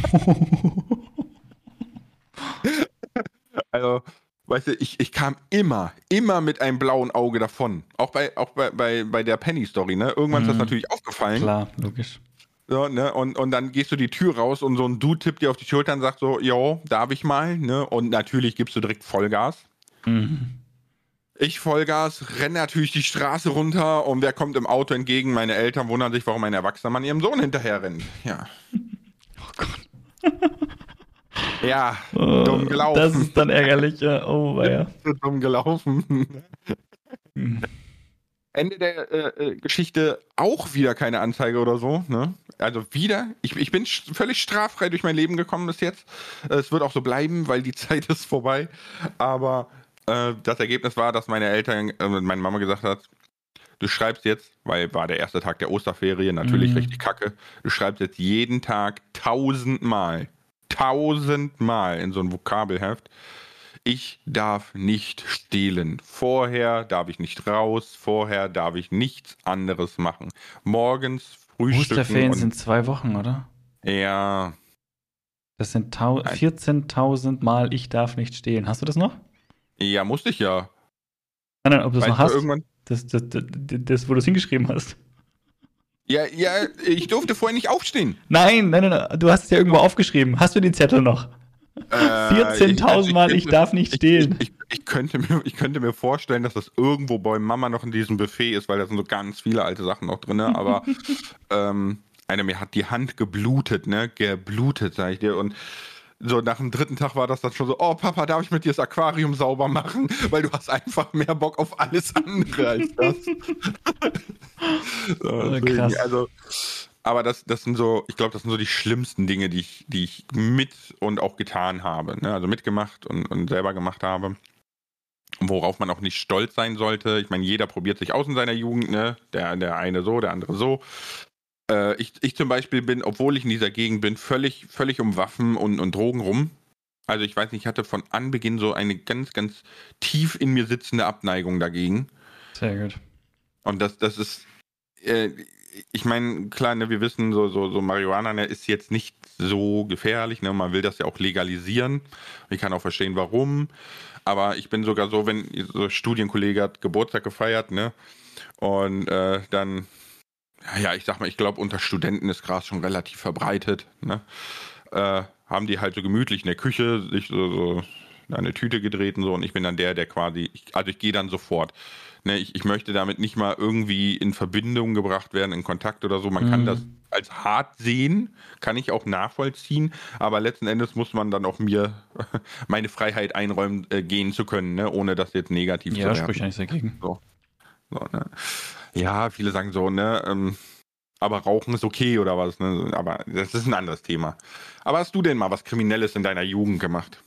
Also, weißt du, ich, ich kam immer, immer mit einem blauen Auge davon. Auch bei, auch bei, bei, bei der Penny-Story, ne? Irgendwann ist das Mhm. natürlich aufgefallen. Klar, logisch. So, ne? Und, und dann gehst du die Tür raus und so ein Dude tippt dir auf die Schulter und sagt so, jo, darf ich mal, ne? Und natürlich gibst du direkt Vollgas. Mhm. Ich Vollgas, renne natürlich die Straße runter und wer kommt im Auto entgegen? Meine Eltern wundern sich, warum ein erwachsener Mann ihrem Sohn hinterher rennt. Ja. Oh Gott. Ja, Oh, dumm gelaufen. das ist dann ärgerlich. Ja. Oh, weia. So dumm gelaufen. Mhm. Ende der äh, äh, Geschichte auch wieder keine Anzeige oder so. Ne? Also wieder, ich, ich bin sch- völlig straffrei durch mein Leben gekommen bis jetzt. Äh, Es wird auch so bleiben, weil die Zeit ist vorbei. Aber äh, das Ergebnis war, dass meine Eltern, äh, meine Mama gesagt hat, du schreibst jetzt, weil war der erste Tag der Osterferien, natürlich Mhm. richtig kacke, du schreibst jetzt jeden Tag tausendmal, tausendmal in so ein Vokabelheft, ich darf nicht stehlen. Vorher darf ich nicht raus. Vorher darf ich nichts anderes machen. Morgens frühstücken Osterferien und sind zwei Wochen, oder? Ja. Das sind tau- vierzehntausend Mal ich darf nicht stehlen. Hast du das noch? Ja, musste ich ja. Nein, nein, ob du das Weil noch ich war hast. irgendwann. Das, das, das, das, wo du es hingeschrieben hast. Ja, ja, ich durfte vorher nicht aufstehen. Nein, nein, nein, nein, du hast es ja irgendwo aufgeschrieben. Hast du den Zettel noch? Äh, ich, also vierzehntausend Mal ich könnte, darf nicht ich, ich, stehlen. ich, ich, könnte mir, ich könnte mir vorstellen, dass das irgendwo bei Mama noch in diesem Buffet ist, weil da sind so ganz viele alte Sachen noch drin. Aber ähm, einer mir hat die Hand geblutet, ne? Geblutet, sag ich dir. Und so nach dem dritten Tag war das dann schon so, oh Papa, darf ich mit dir das Aquarium sauber machen? Weil du hast einfach mehr Bock auf alles andere als das. So, Oh, deswegen, krass. also, aber das, das sind so, ich glaube, das sind so die schlimmsten Dinge, die ich, die ich mit und auch getan habe. Ne? Also mitgemacht und, und selber gemacht habe. Worauf man auch nicht stolz sein sollte. Ich meine, jeder probiert sich aus in seiner Jugend, ne? Der, der eine so, der andere so. Äh, ich, ich zum Beispiel bin, obwohl ich in dieser Gegend bin, völlig, völlig um Waffen und, und Drogen rum. Also ich weiß nicht, ich hatte von Anbeginn so eine ganz, ganz tief in mir sitzende Abneigung dagegen. Sehr gut. Und das, das ist, äh, ich meine, klar, ne, wir wissen, so, so, so Marihuana, ne, ist jetzt nicht so gefährlich, ne? Man will das ja auch legalisieren. Ich kann auch verstehen, warum. Aber ich bin sogar so, wenn so ein Studienkollege hat Geburtstag gefeiert, ne? Und äh, dann, ja, ich sag mal, ich glaube, unter Studenten ist Gras schon relativ verbreitet, ne? Äh, haben die halt so gemütlich in der Küche sich so, so eine Tüte gedreht und so. Und ich bin dann der, der quasi, ich, also ich gehe dann sofort. Ne, ich, ich möchte damit nicht mal irgendwie in Verbindung gebracht werden, in Kontakt oder so. Man Mhm. kann das als hart sehen, kann ich auch nachvollziehen, aber letzten Endes muss man dann auch mir meine Freiheit einräumen, äh, gehen zu können, ne, ohne das jetzt negativ Ja, zu sprich werten. ja nichts dagegen. So, so, ne. Ja, viele sagen so, ne, ähm, aber Rauchen ist okay oder was, ne? Aber das ist ein anderes Thema. Aber hast du denn mal was Kriminelles in deiner Jugend gemacht?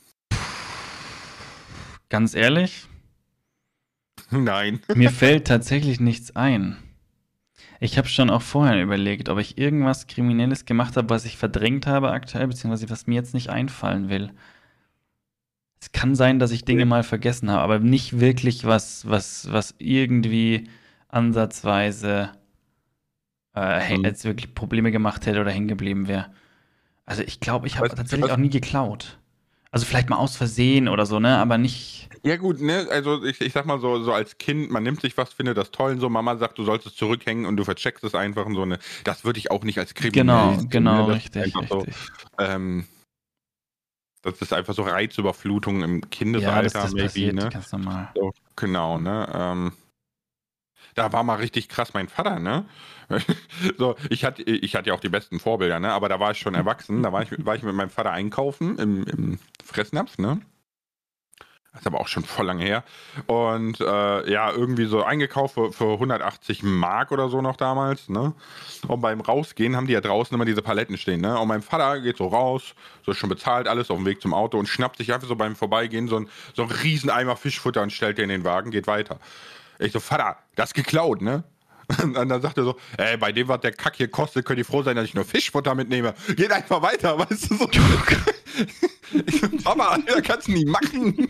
Ganz ehrlich, Nein. mir fällt tatsächlich nichts ein. Ich habe schon auch vorher überlegt, ob ich irgendwas Kriminelles gemacht habe, was ich verdrängt habe aktuell, beziehungsweise was mir jetzt nicht einfallen will. Es kann sein, dass ich Dinge Okay. mal vergessen habe, aber nicht wirklich was, was, was irgendwie ansatzweise äh, häng- Mhm. jetzt wirklich Probleme gemacht hätte oder hängen geblieben wäre. Also ich glaube, ich habe Was, tatsächlich was, auch nie geklaut. Also vielleicht mal aus Versehen oder so, ne? Aber nicht. ja gut, ne, also ich, ich sag mal so, so als Kind, man nimmt sich was, findet das toll und so, Mama sagt, du sollst es zurückhängen und du vercheckst es einfach und so, ne, das würde ich auch nicht als kriminell Genau, sehen, genau, ne, das ist richtig, einfach so, richtig. ähm, das ist einfach so Reizüberflutung im Ja, das, Kindesalter, das maybe, passiert ne, ganz normal. so, genau, ne, ähm, da war mal richtig krass mein Vater, ne, so, ich hatte, ich hatte ja auch die besten Vorbilder, ne, aber da war ich schon erwachsen, da war ich, war ich mit meinem Vater einkaufen im, im Fressnapf, ne. Das ist aber auch schon voll lange her. Und äh, ja, irgendwie so eingekauft für, für hundertachtzig Mark oder so noch damals, ne? Und beim Rausgehen haben die ja draußen immer diese Paletten stehen, ne? Und mein Vater geht so raus, so ist schon bezahlt, alles auf dem Weg zum Auto und schnappt sich einfach so beim Vorbeigehen so ein, so ein Rieseneimer Fischfutter und stellt den in den Wagen, geht weiter. Ich so, Vater, das ist geklaut, ne? Und dann sagt er so, ey, bei dem, was der Kack hier kostet, könnt ihr froh sein, dass ich nur Fischfutter mitnehme. Geht einfach weiter, weißt du so. Ich so, Papa, Alter, kannst du nie machen.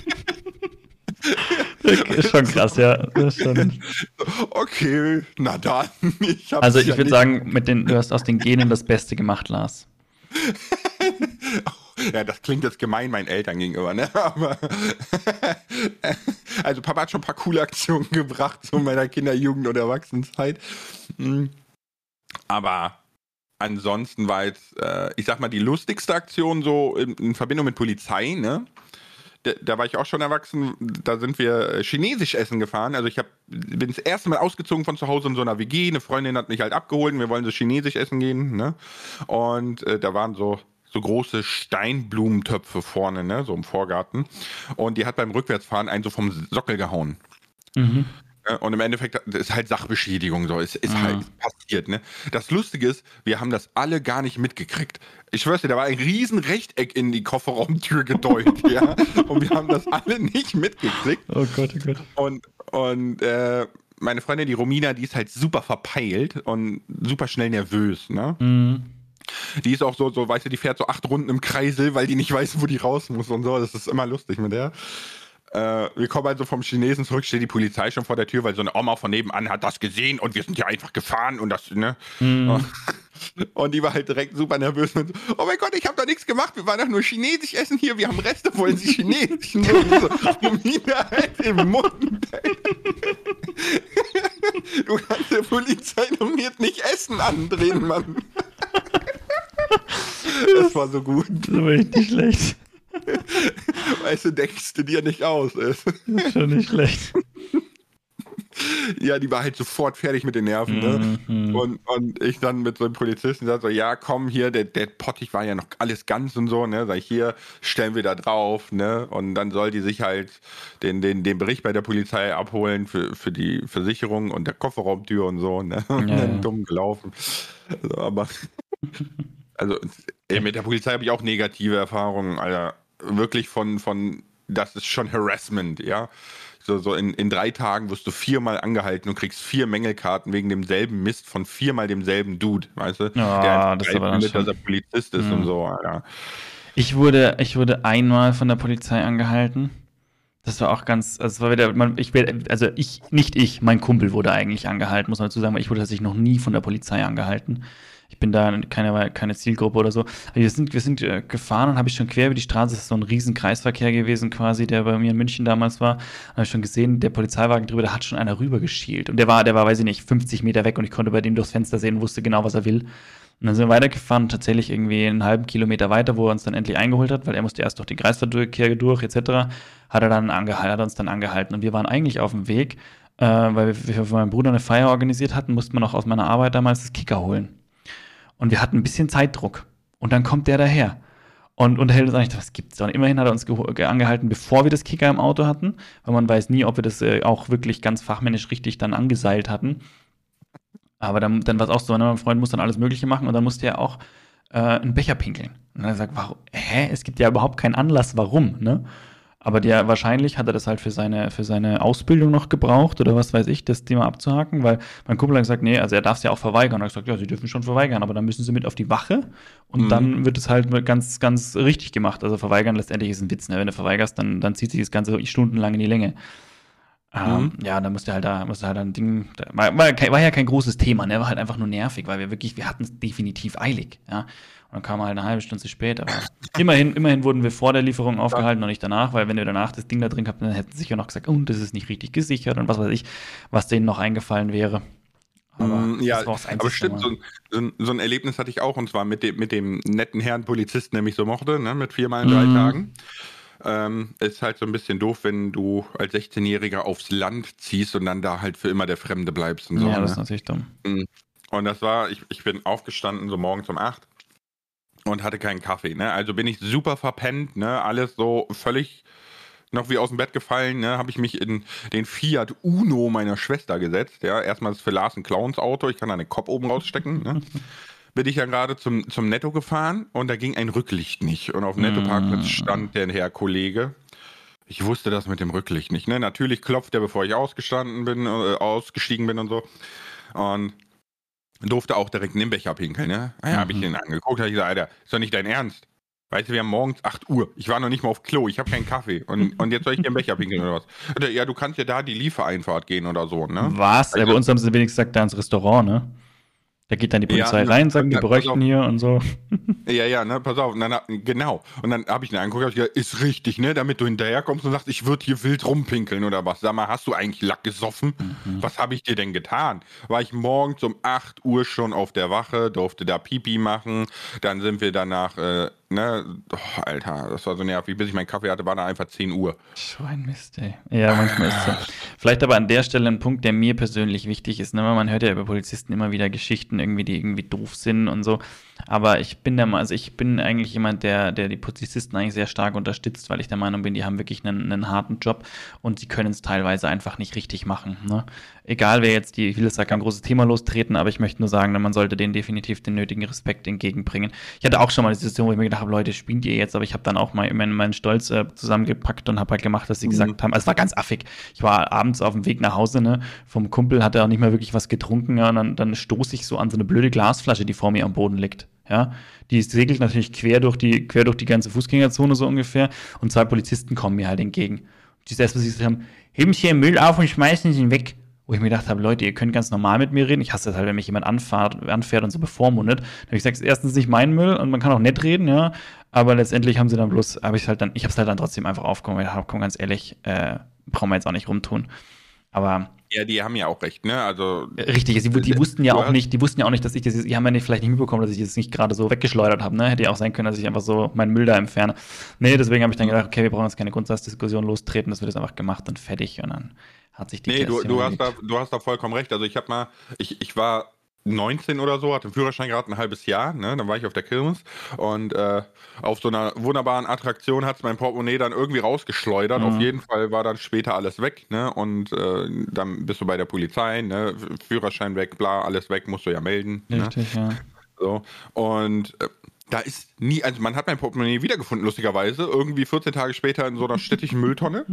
Ist schon krass, ja. Das ist schon. Okay, na dann. Ich hab's Also ich ja würde nicht. sagen, mit den, du hast aus den Genen das Beste gemacht, Lars. Ja, das klingt jetzt gemein meinen Eltern gegenüber, ne? Aber also Papa hat schon ein paar coole Aktionen gebracht, so in meiner Kinder-, Jugend- und Erwachsenenzeit. Mhm. Aber ansonsten war jetzt, äh, ich sag mal, die lustigste Aktion so in, in Verbindung mit Polizei, ne? Da, da war ich auch schon erwachsen, da sind wir chinesisch essen gefahren. Also ich hab, bin das erste Mal ausgezogen von zu Hause in so einer W G. Eine Freundin hat mich halt abgeholt und wir wollen so chinesisch essen gehen, ne? Und äh, da waren so, so große Steinblumentöpfe vorne, ne? So im Vorgarten. Und die hat beim Rückwärtsfahren einen so vom Sockel gehauen. Mhm. Ne? Und im Endeffekt das ist halt Sachbeschädigung, so ist, ist Mhm. halt passiert. Ne? Das Lustige ist, wir haben das alle gar nicht mitgekriegt. Ich schwör's dir, da war ein riesen Rechteck in die Kofferraumtür gedeutet, ja. Und wir haben das alle nicht mitgekriegt. Oh Gott, oh Gott. Und, und äh, meine Freundin, die Romina, die ist halt super verpeilt und super schnell nervös, ne? Mhm. Die ist auch so, so, weißt du, die fährt so acht Runden im Kreisel, weil die nicht weiß, wo die raus muss und so. Das ist immer lustig mit der. Äh, wir kommen also vom Chinesen zurück, steht die Polizei schon vor der Tür, weil so eine Oma von nebenan hat das gesehen und wir sind ja einfach gefahren und das, ne? Mhm. Und die war halt direkt super nervös und so, oh mein Gott, ich habe doch nichts gemacht, wir waren doch nur chinesisch essen hier, wir haben Reste, wollen Sie chinesisch? Und so, mir halt im Mund. Du kannst der Polizei normiert nicht Essen andrehen, Mann. Das war so gut. Das war echt nicht schlecht. Weißt du, denkst du dir nicht aus. Ist. Das ist schon nicht schlecht. Ja, die war halt sofort fertig mit den Nerven, ne? Mhm. Und, und ich dann mit so einem Polizisten sag so, ja, komm hier, der, der Pottich war ja noch alles ganz und so, ne? Sag ich, hier, stellen wir da drauf, ne? Und dann soll die sich halt den, den, den Bericht bei der Polizei abholen für, für die Versicherung und der Kofferraumtür und so, ne? Und Ja, dann ja. dumm gelaufen. Also, aber, also, ey, mit der Polizei habe ich auch negative Erfahrungen, Alter. Wirklich von, von, das ist schon Harassment, ja? So, so in, in drei Tagen wirst du viermal angehalten und kriegst vier Mängelkarten wegen demselben Mist von viermal demselben Dude, weißt du? Ja, der das ist aber dann findet, schon. dass er Polizist ist Mhm. und so, Alter. Ich wurde, ich wurde einmal von der Polizei angehalten. Das war auch ganz, also es war wieder, man, ich werd, also ich, nicht ich, mein Kumpel wurde eigentlich angehalten, muss man dazu sagen, weil ich wurde tatsächlich noch nie von der Polizei angehalten. Ich bin da keine, keine Zielgruppe oder so. Aber wir sind, wir sind äh, gefahren und habe ich schon quer über die Straße, das ist so ein riesen Kreisverkehr gewesen quasi, der bei mir in München damals war. Habe ich schon gesehen, der Polizeiwagen drüber, da hat schon einer rübergeschielt. Und der war, der war, weiß ich nicht, fünfzig Meter weg und ich konnte bei dem durchs Fenster sehen und wusste genau, was er will. Und dann sind wir weitergefahren, tatsächlich irgendwie einen halben Kilometer weiter, wo er uns dann endlich eingeholt hat, weil er musste erst durch die Kreisverkehr durch, et cetera. Hat er dann angehalten, hat er uns dann angehalten. Und wir waren eigentlich auf dem Weg, äh, weil wir für meinen Bruder eine Feier organisiert hatten, mussten wir noch aus meiner Arbeit damals das Kicker holen. Und wir hatten ein bisschen Zeitdruck. Und dann kommt der daher und unterhält uns eigentlich, was gibt's da? Und immerhin hat er uns ge- angehalten, bevor wir das Kicker im Auto hatten, weil man weiß nie, ob wir das äh, auch wirklich ganz fachmännisch richtig dann angeseilt hatten. Aber dann, dann war es auch so, ne, mein Freund muss dann alles Mögliche machen und dann musste er auch äh, einen Becher pinkeln. Und dann hat er gesagt, warum? Hä? Es gibt ja überhaupt keinen Anlass, warum, ne? Aber der, wahrscheinlich hat er das halt für seine, für seine Ausbildung noch gebraucht oder was weiß ich, das Thema abzuhaken, weil mein Kumpel hat gesagt, nee, also er darf es ja auch verweigern. Und er hat gesagt, ja, sie dürfen schon verweigern, aber dann müssen sie mit auf die Wache und Mhm. dann wird es halt ganz, ganz richtig gemacht. Also verweigern letztendlich ist ein Witz, ne? Wenn du verweigerst, dann, dann zieht sich das Ganze stundenlang in die Länge. Ähm, Mhm. ja, da musste halt da, musste halt ein Ding, da, war, war, kein- war ja kein großes Thema, ne? War halt einfach nur nervig, weil wir wirklich, wir hatten es definitiv eilig, ja. Und dann kam er halt eine halbe Stunde zu spät, aber immerhin, immerhin wurden wir vor der Lieferung aufgehalten und nicht danach, weil wenn wir danach das Ding da drin gehabt, dann hätten sie sicher noch gesagt, oh, das ist nicht richtig gesichert und was weiß ich, was denen noch eingefallen wäre. Aber Mm, ja, das war auch das aber einzige stimmt, so Mal. ein, so, ein, so ein Erlebnis hatte ich auch, und zwar mit dem, mit dem netten Herrn Polizisten, der mich so mochte, ne, mit viermal in drei Mhm. Tagen. Ähm, ist halt so ein bisschen doof, wenn du als sechzehnjähriger aufs Land ziehst und dann da halt für immer der Fremde bleibst und so. Ja, das ist Ne? natürlich dumm. Mm. Und das war, ich, ich bin aufgestanden, so morgens um acht und hatte keinen Kaffee. Ne? Also bin ich super verpennt, ne? Alles so völlig noch wie aus dem Bett gefallen, ne? Habe ich mich in den Fiat Uno meiner Schwester gesetzt. Ja? Erstmal ist für Lars ein Clowns-Auto, ich kann da den Kopf oben rausstecken. Ne? Bin ich ja gerade zum, zum Netto gefahren und da ging ein Rücklicht nicht. Und auf dem Netto-Parkplatz stand der Herr Kollege. Ich wusste das mit dem Rücklicht nicht. Ne? Natürlich klopft er, bevor ich ausgestanden bin, äh, ausgestiegen bin und so. Und durfte auch direkt in den Becher pinkeln. Ne? Naja, habe ich Mhm. ihn angeguckt, habe ich gesagt, Alter, ist doch nicht dein Ernst. Weißt du, wir haben morgens acht Uhr. Ich war noch nicht mal auf Klo, ich habe keinen Kaffee. Und, und jetzt soll ich dir einen Becher pinkeln oder was? Und er, ja, du kannst ja da die Liefereinfahrt gehen oder so. Ne? Was? Ja, Also, bei uns haben sie wenigstens gesagt, da ins Restaurant, ne? Da geht dann die ja, Polizei ne, rein, sagen, wir na, pass bräuchten auf. hier und so. Ja, ja, ne, pass auf. Und dann, hab- genau. Und dann habe ich ihn angeguckt, hab ich gesagt, ist richtig, ne? Damit du hinterherkommst und sagst, ich würde hier wild rumpinkeln oder was. Sag mal, hast du eigentlich Lack gesoffen? Mhm. Was habe ich dir denn getan? War ich morgens um acht Uhr schon auf der Wache, durfte da Pipi machen. Dann sind wir danach, äh, ne? Oh, Alter, das war so nervig. Bis ich meinen Kaffee hatte, war da einfach zehn Uhr. Schweinmist, ey. Ja, manchmal ist es so. Vielleicht aber an der Stelle ein Punkt, der mir persönlich wichtig ist. Ne? Weil man hört ja über Polizisten immer wieder Geschichten, irgendwie, die irgendwie doof sind und so. Aber ich bin der, also ich bin eigentlich jemand, der, der die Polizisten eigentlich sehr stark unterstützt, weil ich der Meinung bin, die haben wirklich einen, einen harten Job und sie können es teilweise einfach nicht richtig machen. Ne? Egal, wer jetzt die, ich will jetzt da kein großes Thema lostreten, aber ich möchte nur sagen, ne, man sollte denen definitiv den nötigen Respekt entgegenbringen. Ich hatte auch schon mal die Situation, wo ich mir gedacht habe, Leute, spielt ihr jetzt? Aber ich habe dann auch mal meinen, meinen Stolz äh, zusammengepackt und habe halt gemacht, was sie Mhm. gesagt haben. Also es war ganz affig. Ich war abends auf dem Weg nach Hause, ne, vom Kumpel, hat er auch nicht mehr wirklich was getrunken, ja, und dann, dann stoße ich so an so eine blöde Glasflasche, die vor mir am Boden liegt. Ja, die segelt natürlich quer durch die, quer durch die ganze Fußgängerzone so ungefähr und zwei Polizisten kommen mir halt entgegen. Die das erste, was sie gesagt haben, heben Sie Ihren Müll auf und schmeißen Sie ihn weg. wo ich mir gedacht habe, Leute, ihr könnt ganz normal mit mir reden. Ich hasse das halt, wenn mich jemand anfährt, anfährt und so bevormundet. Da habe ich gesagt, erstens nicht mein Müll und man kann auch nett reden, ja. Aber letztendlich haben sie dann bloß, habe ich halt dann, ich habe es halt dann trotzdem einfach aufgenommen, weil ich dachte, komm, ganz ehrlich, äh, brauchen wir jetzt auch nicht rumtun. Aber Ja, die haben ja auch recht, ne? Also richtig, die, die wussten ja du auch hast- nicht, die wussten ja auch nicht, dass ich das, die haben ja nicht, vielleicht nicht mitbekommen, dass ich das nicht gerade so weggeschleudert habe, ne? Hätte ja auch sein können, dass ich einfach so meinen Müll da entferne. Nee, deswegen habe ich dann gedacht, okay, wir brauchen jetzt keine Grundsatzdiskussion lostreten, das wird jetzt einfach gemacht und fertig und dann hat sich die Nee, du, Kästchen du, hast da, erledigt. du hast da vollkommen recht. Also ich habe mal, ich, ich war neunzehn oder so, hatte den Führerschein gerade ein halbes Jahr, ne? Dann war ich auf der Kirmes und äh, auf so einer wunderbaren Attraktion hat es mein Portemonnaie dann irgendwie rausgeschleudert. Mhm. Auf jeden Fall war dann später alles weg, ne? Und äh, dann bist du bei der Polizei, ne? Führerschein weg, bla, alles weg, musst du ja melden. Ne? Richtig, ja. So. Und äh, da ist nie, also man hat mein Portemonnaie wiedergefunden, lustigerweise, irgendwie vierzehn Tage später in so einer städtischen Mülltonne.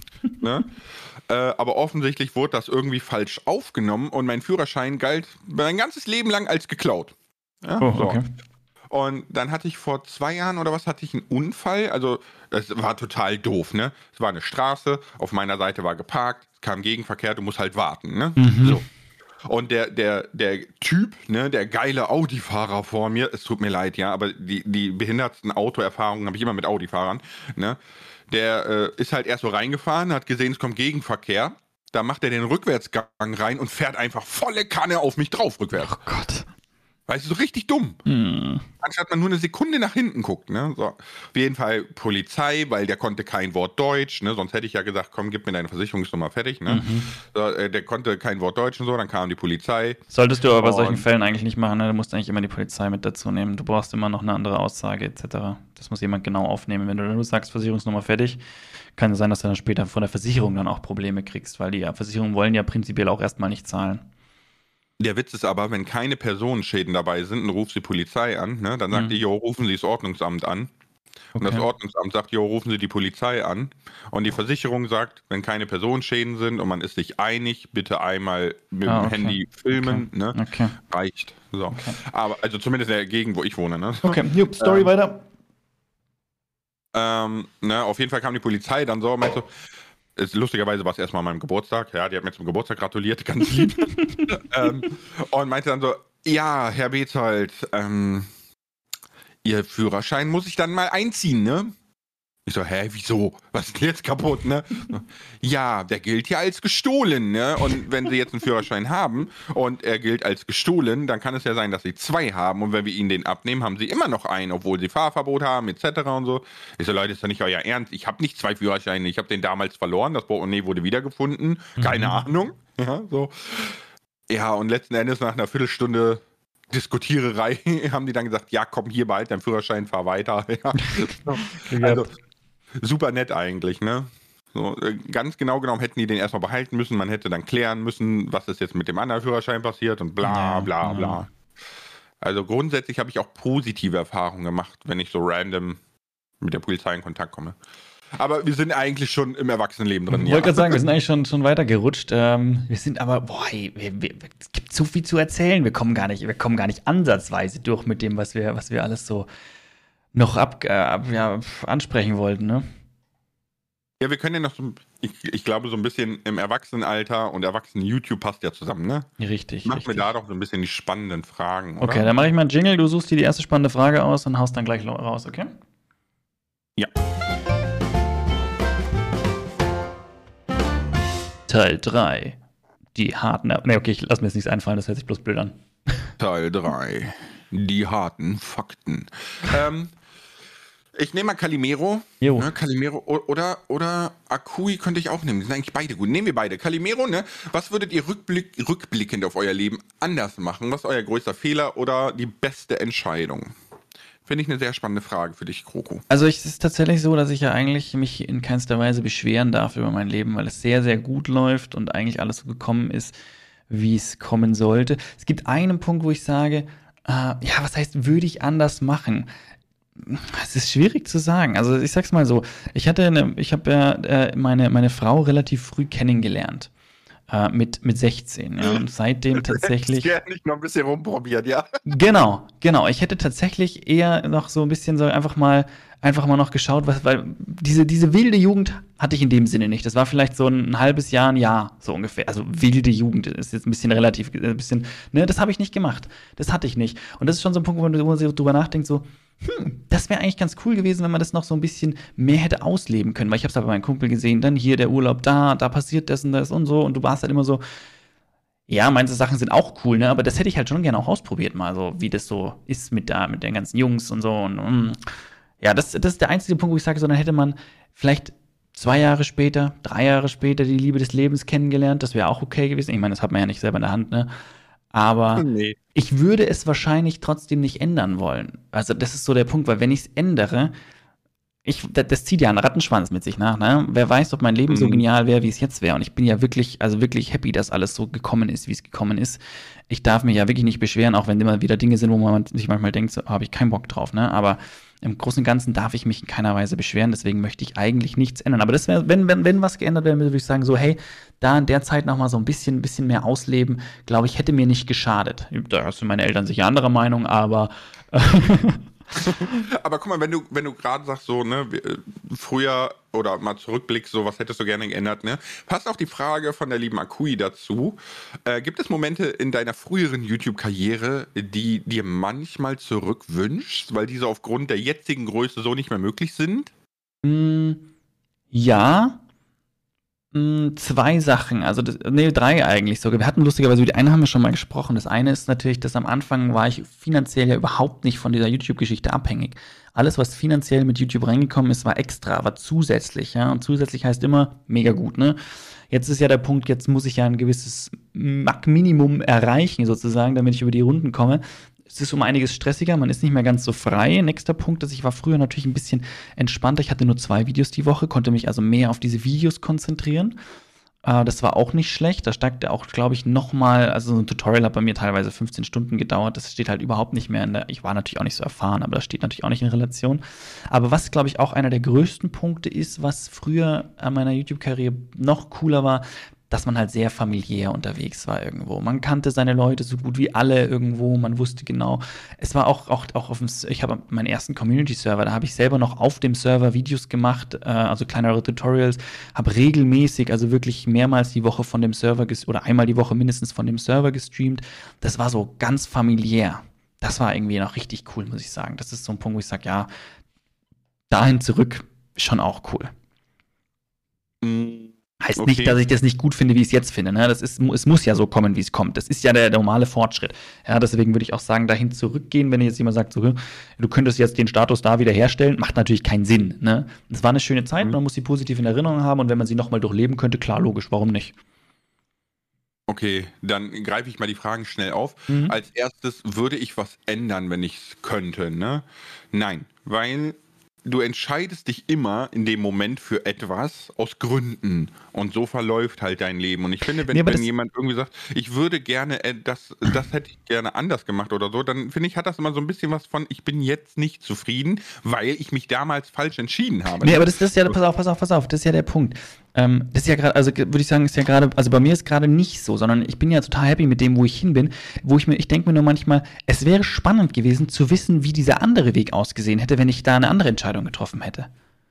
Ne? Äh, aber offensichtlich wurde das irgendwie falsch aufgenommen und mein Führerschein galt mein ganzes Leben lang als geklaut. Ja, Oh, so. okay. Und dann hatte ich vor zwei Jahren oder was, hatte ich einen Unfall. Also, das war total doof, ne? Es war eine Straße, auf meiner Seite war geparkt, es kam Gegenverkehr, du musst halt warten, ne? Mhm. So. Und der, der, der Typ, ne, der geile Audi-Fahrer vor mir, es tut mir leid, ja, aber die, die behindertsten Autoerfahrungen habe ich immer mit Audi-Fahrern, ne? Der äh, ist halt erst so reingefahren, hat gesehen, es kommt Gegenverkehr. Da macht er den Rückwärtsgang rein und fährt einfach volle Kanne auf mich drauf rückwärts. Oh Gott. Weißt du, so richtig dumm. Hm. Anstatt man nur eine Sekunde nach hinten guckt, ne? So. Auf jeden Fall Polizei, weil der konnte kein Wort Deutsch, ne? Sonst hätte ich ja gesagt, komm, gib mir deine Versicherungsnummer, fertig, ne? Mhm. So, äh, der konnte kein Wort Deutsch und so, dann kam die Polizei. Solltest du aber bei Und- solchen Fällen eigentlich nicht machen, ne? Du musst eigentlich immer die Polizei mit dazu nehmen. Du brauchst immer noch eine andere Aussage et cetera. Das muss jemand genau aufnehmen. Wenn du nur sagst, Versicherungsnummer fertig, kann es sein, dass du dann später von der Versicherung dann auch Probleme kriegst, weil die ja, Versicherungen wollen ja prinzipiell auch erstmal nicht zahlen. Der Witz ist aber, wenn keine Personenschäden dabei sind und du rufst die Polizei an, ne? Dann sagt Mhm. die, jo, rufen Sie das Ordnungsamt an. Und das Okay. Ordnungsamt sagt, jo, rufen Sie die Polizei an. Und die Versicherung sagt, wenn keine Personenschäden sind und man ist sich einig, bitte einmal mit Ah, dem okay. Handy filmen, Okay. ne? Okay. Reicht. So. Aber, also zumindest in der Gegend, wo ich wohne, ne? Okay, Jupp, Story Ähm. weiter. Ähm, ne, auf jeden Fall kam die Polizei dann so und meinte so, ist, lustigerweise war es erstmal an meinem Geburtstag, ja, die hat mir zum Geburtstag gratuliert, ganz lieb. ähm, und meinte dann so, ja, Herr Betzold, ähm, Ihr Führerschein muss ich dann mal einziehen, ne? Ich so, hä, wieso? Was ist denn jetzt kaputt, ne? Ja, der gilt ja als gestohlen, ne? Und wenn Sie jetzt einen Führerschein haben und er gilt als gestohlen, dann kann es ja sein, dass Sie zwei haben und wenn wir Ihnen den abnehmen, haben Sie immer noch einen, obwohl Sie Fahrverbot haben, et cetera und so. Ich so, Leute, ist doch nicht euer Ernst. Ich habe nicht zwei Führerscheine, ich habe den damals verloren, das Portemonnaie wurde wiedergefunden, keine Mhm. Ahnung. Ja, so. Ja, und letzten Endes nach einer Viertelstunde Diskutiererei haben die dann gesagt, ja, komm, hier bald dein Führerschein, fahr weiter. Ja. Also, super nett eigentlich, ne? So, äh, ganz genau genommen hätten die den erstmal behalten müssen. Man hätte dann klären müssen, was ist jetzt mit dem anderen Führerschein passiert und bla Ja, bla ja. bla. Also grundsätzlich habe ich auch positive Erfahrungen gemacht, wenn ich so random mit der Polizei in Kontakt komme. Aber wir sind eigentlich schon im Erwachsenenleben drin. Ich wollte gerade sagen, wir sind eigentlich schon, schon weitergerutscht. Ähm, wir sind aber, boah, ey, wir, wir, es gibt so viel zu erzählen. Wir kommen gar nicht, wir kommen gar nicht ansatzweise durch mit dem, was wir, was wir alles so noch ab, äh, ab ja, ansprechen wollten, ne? Ja, wir können ja noch so, ich, ich glaube, so ein bisschen im Erwachsenenalter und Erwachsenen-YouTube passt ja zusammen, ne? Richtig, Machen richtig. wir da doch so ein bisschen die spannenden Fragen, oder? Okay, dann mache ich mal einen Jingle. Du suchst dir die erste spannende Frage aus und haust dann gleich lo- raus, okay? Ja. Teil drei. Die harten. Ne, okay, ich lass mir jetzt nichts einfallen, das hört sich bloß blöd an. Teil drei. Die harten Fakten. ähm, ich nehme mal Calimero. Jo. Ne, Calimero o- oder, oder Akui könnte ich auch nehmen. Die sind eigentlich beide gut. Nehmen wir beide. Calimero, ne? Was würdet ihr rückblick, rückblickend auf euer Leben anders machen? Was ist euer größter Fehler oder die beste Entscheidung? Finde ich eine sehr spannende Frage für dich, Kroko. Also es ist tatsächlich so, dass ich ja eigentlich mich in keinster Weise beschweren darf über mein Leben, weil es sehr, sehr gut läuft und eigentlich alles so gekommen ist, wie es kommen sollte. Es gibt einen Punkt, wo ich sage, äh, ja, was heißt, würde ich anders machen? Es ist schwierig zu sagen. Also ich sag's mal so, ich hatte eine, ich habe ja äh, meine, meine Frau relativ früh kennengelernt. Äh, mit, mit sechzehn, ja. Und seitdem tatsächlich. gerne nicht noch ein bisschen rumprobiert, ja. Genau, genau. Ich hätte tatsächlich eher noch so ein bisschen so einfach mal einfach mal noch geschaut, was, weil diese, diese wilde Jugend hatte ich in dem Sinne nicht. Das war vielleicht so ein, ein halbes Jahr, ein Jahr, so ungefähr. Also wilde Jugend ist jetzt ein bisschen relativ, ein bisschen, ne, das habe ich nicht gemacht. Das hatte ich nicht. Und das ist schon so ein Punkt, wo man, wo man drüber nachdenkt, so, hm, das wäre eigentlich ganz cool gewesen, wenn man das noch so ein bisschen mehr hätte ausleben können. Weil ich habe es aber bei meinem Kumpel gesehen, dann hier der Urlaub da, da passiert das und das und so. Und du warst halt immer so, ja, manche Sachen sind auch cool, ne? Aber das hätte ich halt schon gerne auch ausprobiert, mal so, wie das so ist mit da, mit den ganzen Jungs und so. Und, mm. Ja, das, das ist der einzige Punkt, wo ich sage, so, dann hätte man vielleicht zwei Jahre später, drei Jahre später die Liebe des Lebens kennengelernt. Das wäre auch okay gewesen. Ich meine, das hat man ja nicht selber in der Hand, ne? Aber Nee. ich würde es wahrscheinlich trotzdem nicht ändern wollen. Also, das ist so der Punkt, weil wenn ich es ändere, ich, das, das zieht ja einen Rattenschwanz mit sich nach, ne? Wer weiß, ob mein Leben so Mhm. genial wäre, wie es jetzt wäre. Und ich bin ja wirklich, also wirklich happy, dass alles so gekommen ist, wie es gekommen ist. Ich darf mich ja wirklich nicht beschweren, auch wenn immer wieder Dinge sind, wo man sich manchmal denkt, so habe ich keinen Bock drauf, ne? Aber im Großen und Ganzen darf ich mich in keiner Weise beschweren, deswegen möchte ich eigentlich nichts ändern. Aber das wäre, wenn, wenn, wenn was geändert wäre, würde ich sagen, so, hey, da in der Zeit noch mal so ein bisschen, bisschen mehr ausleben, glaube ich, hätte mir nicht geschadet. Da sind meine Eltern sicher anderer Meinung, aber Aber guck mal, wenn du, wenn du gerade sagst, so, ne, wie- äh, früher oder mal zurückblickst, so, was hättest du gerne geändert, ne? Passt auch die Frage von der lieben Akui dazu. Äh, gibt es Momente in deiner früheren YouTube-Karriere, die dir manchmal zurückwünschst, weil diese aufgrund der jetzigen Größe so nicht mehr möglich sind? mm, ja, mm, zwei Sachen, also das, nee, drei eigentlich sogar. Wir hatten lustigerweise über die eine haben wir schon mal gesprochen. Das eine ist natürlich, dass am Anfang war ich finanziell ja überhaupt nicht von dieser YouTube-Geschichte abhängig. Alles, was finanziell mit YouTube reingekommen ist, war extra, war zusätzlich, ja. Und zusätzlich heißt immer mega gut, ne? Jetzt ist ja der Punkt, jetzt muss ich ja ein gewisses Mag- Minimum erreichen, sozusagen, damit ich über die Runden komme. Es ist um einiges stressiger, man ist nicht mehr ganz so frei. Nächster Punkt ist, ich war früher natürlich ein bisschen entspannter. Ich hatte nur zwei Videos die Woche, konnte mich also mehr auf diese Videos konzentrieren. Äh, das war auch nicht schlecht. Da steigte auch, glaube ich, noch mal, also so ein Tutorial hat bei mir teilweise fünfzehn Stunden gedauert. Das steht halt überhaupt nicht mehr in der, ich war natürlich auch nicht so erfahren, aber das steht natürlich auch nicht in Relation. Aber was, glaube ich, auch einer der größten Punkte ist, was früher an meiner YouTube-Karriere noch cooler war, dass man halt sehr familiär unterwegs war irgendwo. Man kannte seine Leute so gut wie alle irgendwo, man wusste genau. Es war auch, auch, auch auf dem, ich habe meinen ersten Community-Server, da habe ich selber noch auf dem Server Videos gemacht, äh, also kleinere Tutorials, habe regelmäßig, also wirklich mehrmals die Woche von dem Server, ges- oder einmal die Woche mindestens von dem Server gestreamt. Das war so ganz familiär. Das war irgendwie noch richtig cool, muss ich sagen. Das ist so ein Punkt, wo ich sage, ja, dahin zurück, schon auch cool. Mm, Heißt Okay. nicht, dass ich das nicht gut finde, wie ich es jetzt finde. Ne? Das ist, es muss ja so kommen, wie es kommt. Das ist ja der normale Fortschritt. Ja, deswegen würde ich auch sagen, dahin zurückgehen, wenn jetzt jemand sagt, so, du könntest jetzt den Status da wieder herstellen, macht natürlich keinen Sinn. Ne? Es war eine schöne Zeit, Mhm. man muss sie positiv in Erinnerung haben und wenn man sie nochmal durchleben könnte, klar, logisch, warum nicht? Okay, dann greife ich mal die Fragen schnell auf. Mhm. Als erstes würde ich was ändern, wenn ich es könnte, ne? Nein, weil du entscheidest dich immer in dem Moment für etwas aus Gründen. Und so verläuft halt dein Leben. Und ich finde, wenn, Nee, aber wenn das- jemand irgendwie sagt, ich würde gerne, äh, das, das hätte ich gerne anders gemacht oder so, dann finde ich, hat das immer so ein bisschen was von, ich bin jetzt nicht zufrieden, weil ich mich damals falsch entschieden habe. Nee, aber das, das ist ja, pass auf, pass auf, pass auf, das ist ja der Punkt. Ähm, das ist ja gerade, also ge- würde ich sagen, ist ja gerade, also bei mir ist gerade nicht so, sondern ich bin ja total happy mit dem, wo ich hin bin, wo ich mir, ich denke mir nur manchmal, es wäre spannend gewesen zu wissen, wie dieser andere Weg ausgesehen hätte, wenn ich da eine andere Entscheidung getroffen hätte.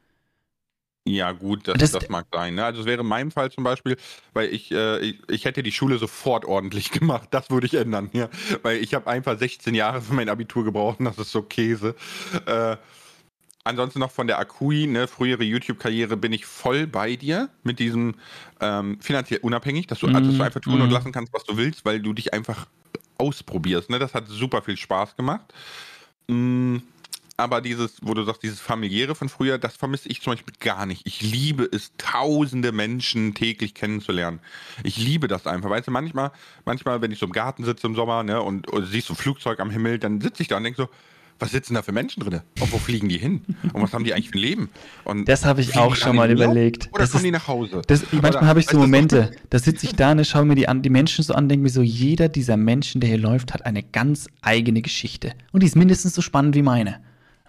Ja, gut, das, Das- das mag sein. Ne? Also es wäre in meinem Fall zum Beispiel, weil ich, äh, ich, ich hätte die Schule sofort ordentlich gemacht. Das würde ich ändern, ja. Weil ich habe einfach sechzehn Jahre für mein Abitur gebraucht und das ist so Käse. Äh, ansonsten noch von der Akui, ne, frühere YouTube-Karriere, bin ich voll bei dir mit diesem ähm, finanziell unabhängig, dass du, also, dass du Mm, einfach tun und mm. lassen kannst, was du willst, weil du dich einfach ausprobierst. Ne? Das hat super viel Spaß gemacht. Mm, aber dieses, wo du sagst, dieses familiäre von früher, das vermisse ich zum Beispiel gar nicht. Ich liebe es, tausende Menschen täglich kennenzulernen. Ich liebe das einfach. Weißt du, manchmal, manchmal, wenn ich so im Garten sitze im Sommer, ne, und, und siehst so ein Flugzeug am Himmel, dann sitze ich da und denke so, was sitzen da für Menschen drin? Und wo fliegen die hin? Und was haben die eigentlich für ein Leben? Und Das habe ich fliegen auch die schon alle mal in Urlaub? überlegt. Oder Das kommen ist- die nach Hause? Das, manchmal Oder- habe ich so weißt du, Momente, da sitze ich da, ne, schaue mir die, an, die Menschen so an, denke mir so, jeder dieser Menschen, der hier läuft, hat eine ganz eigene Geschichte. Und die ist mindestens so spannend wie meine. Ne?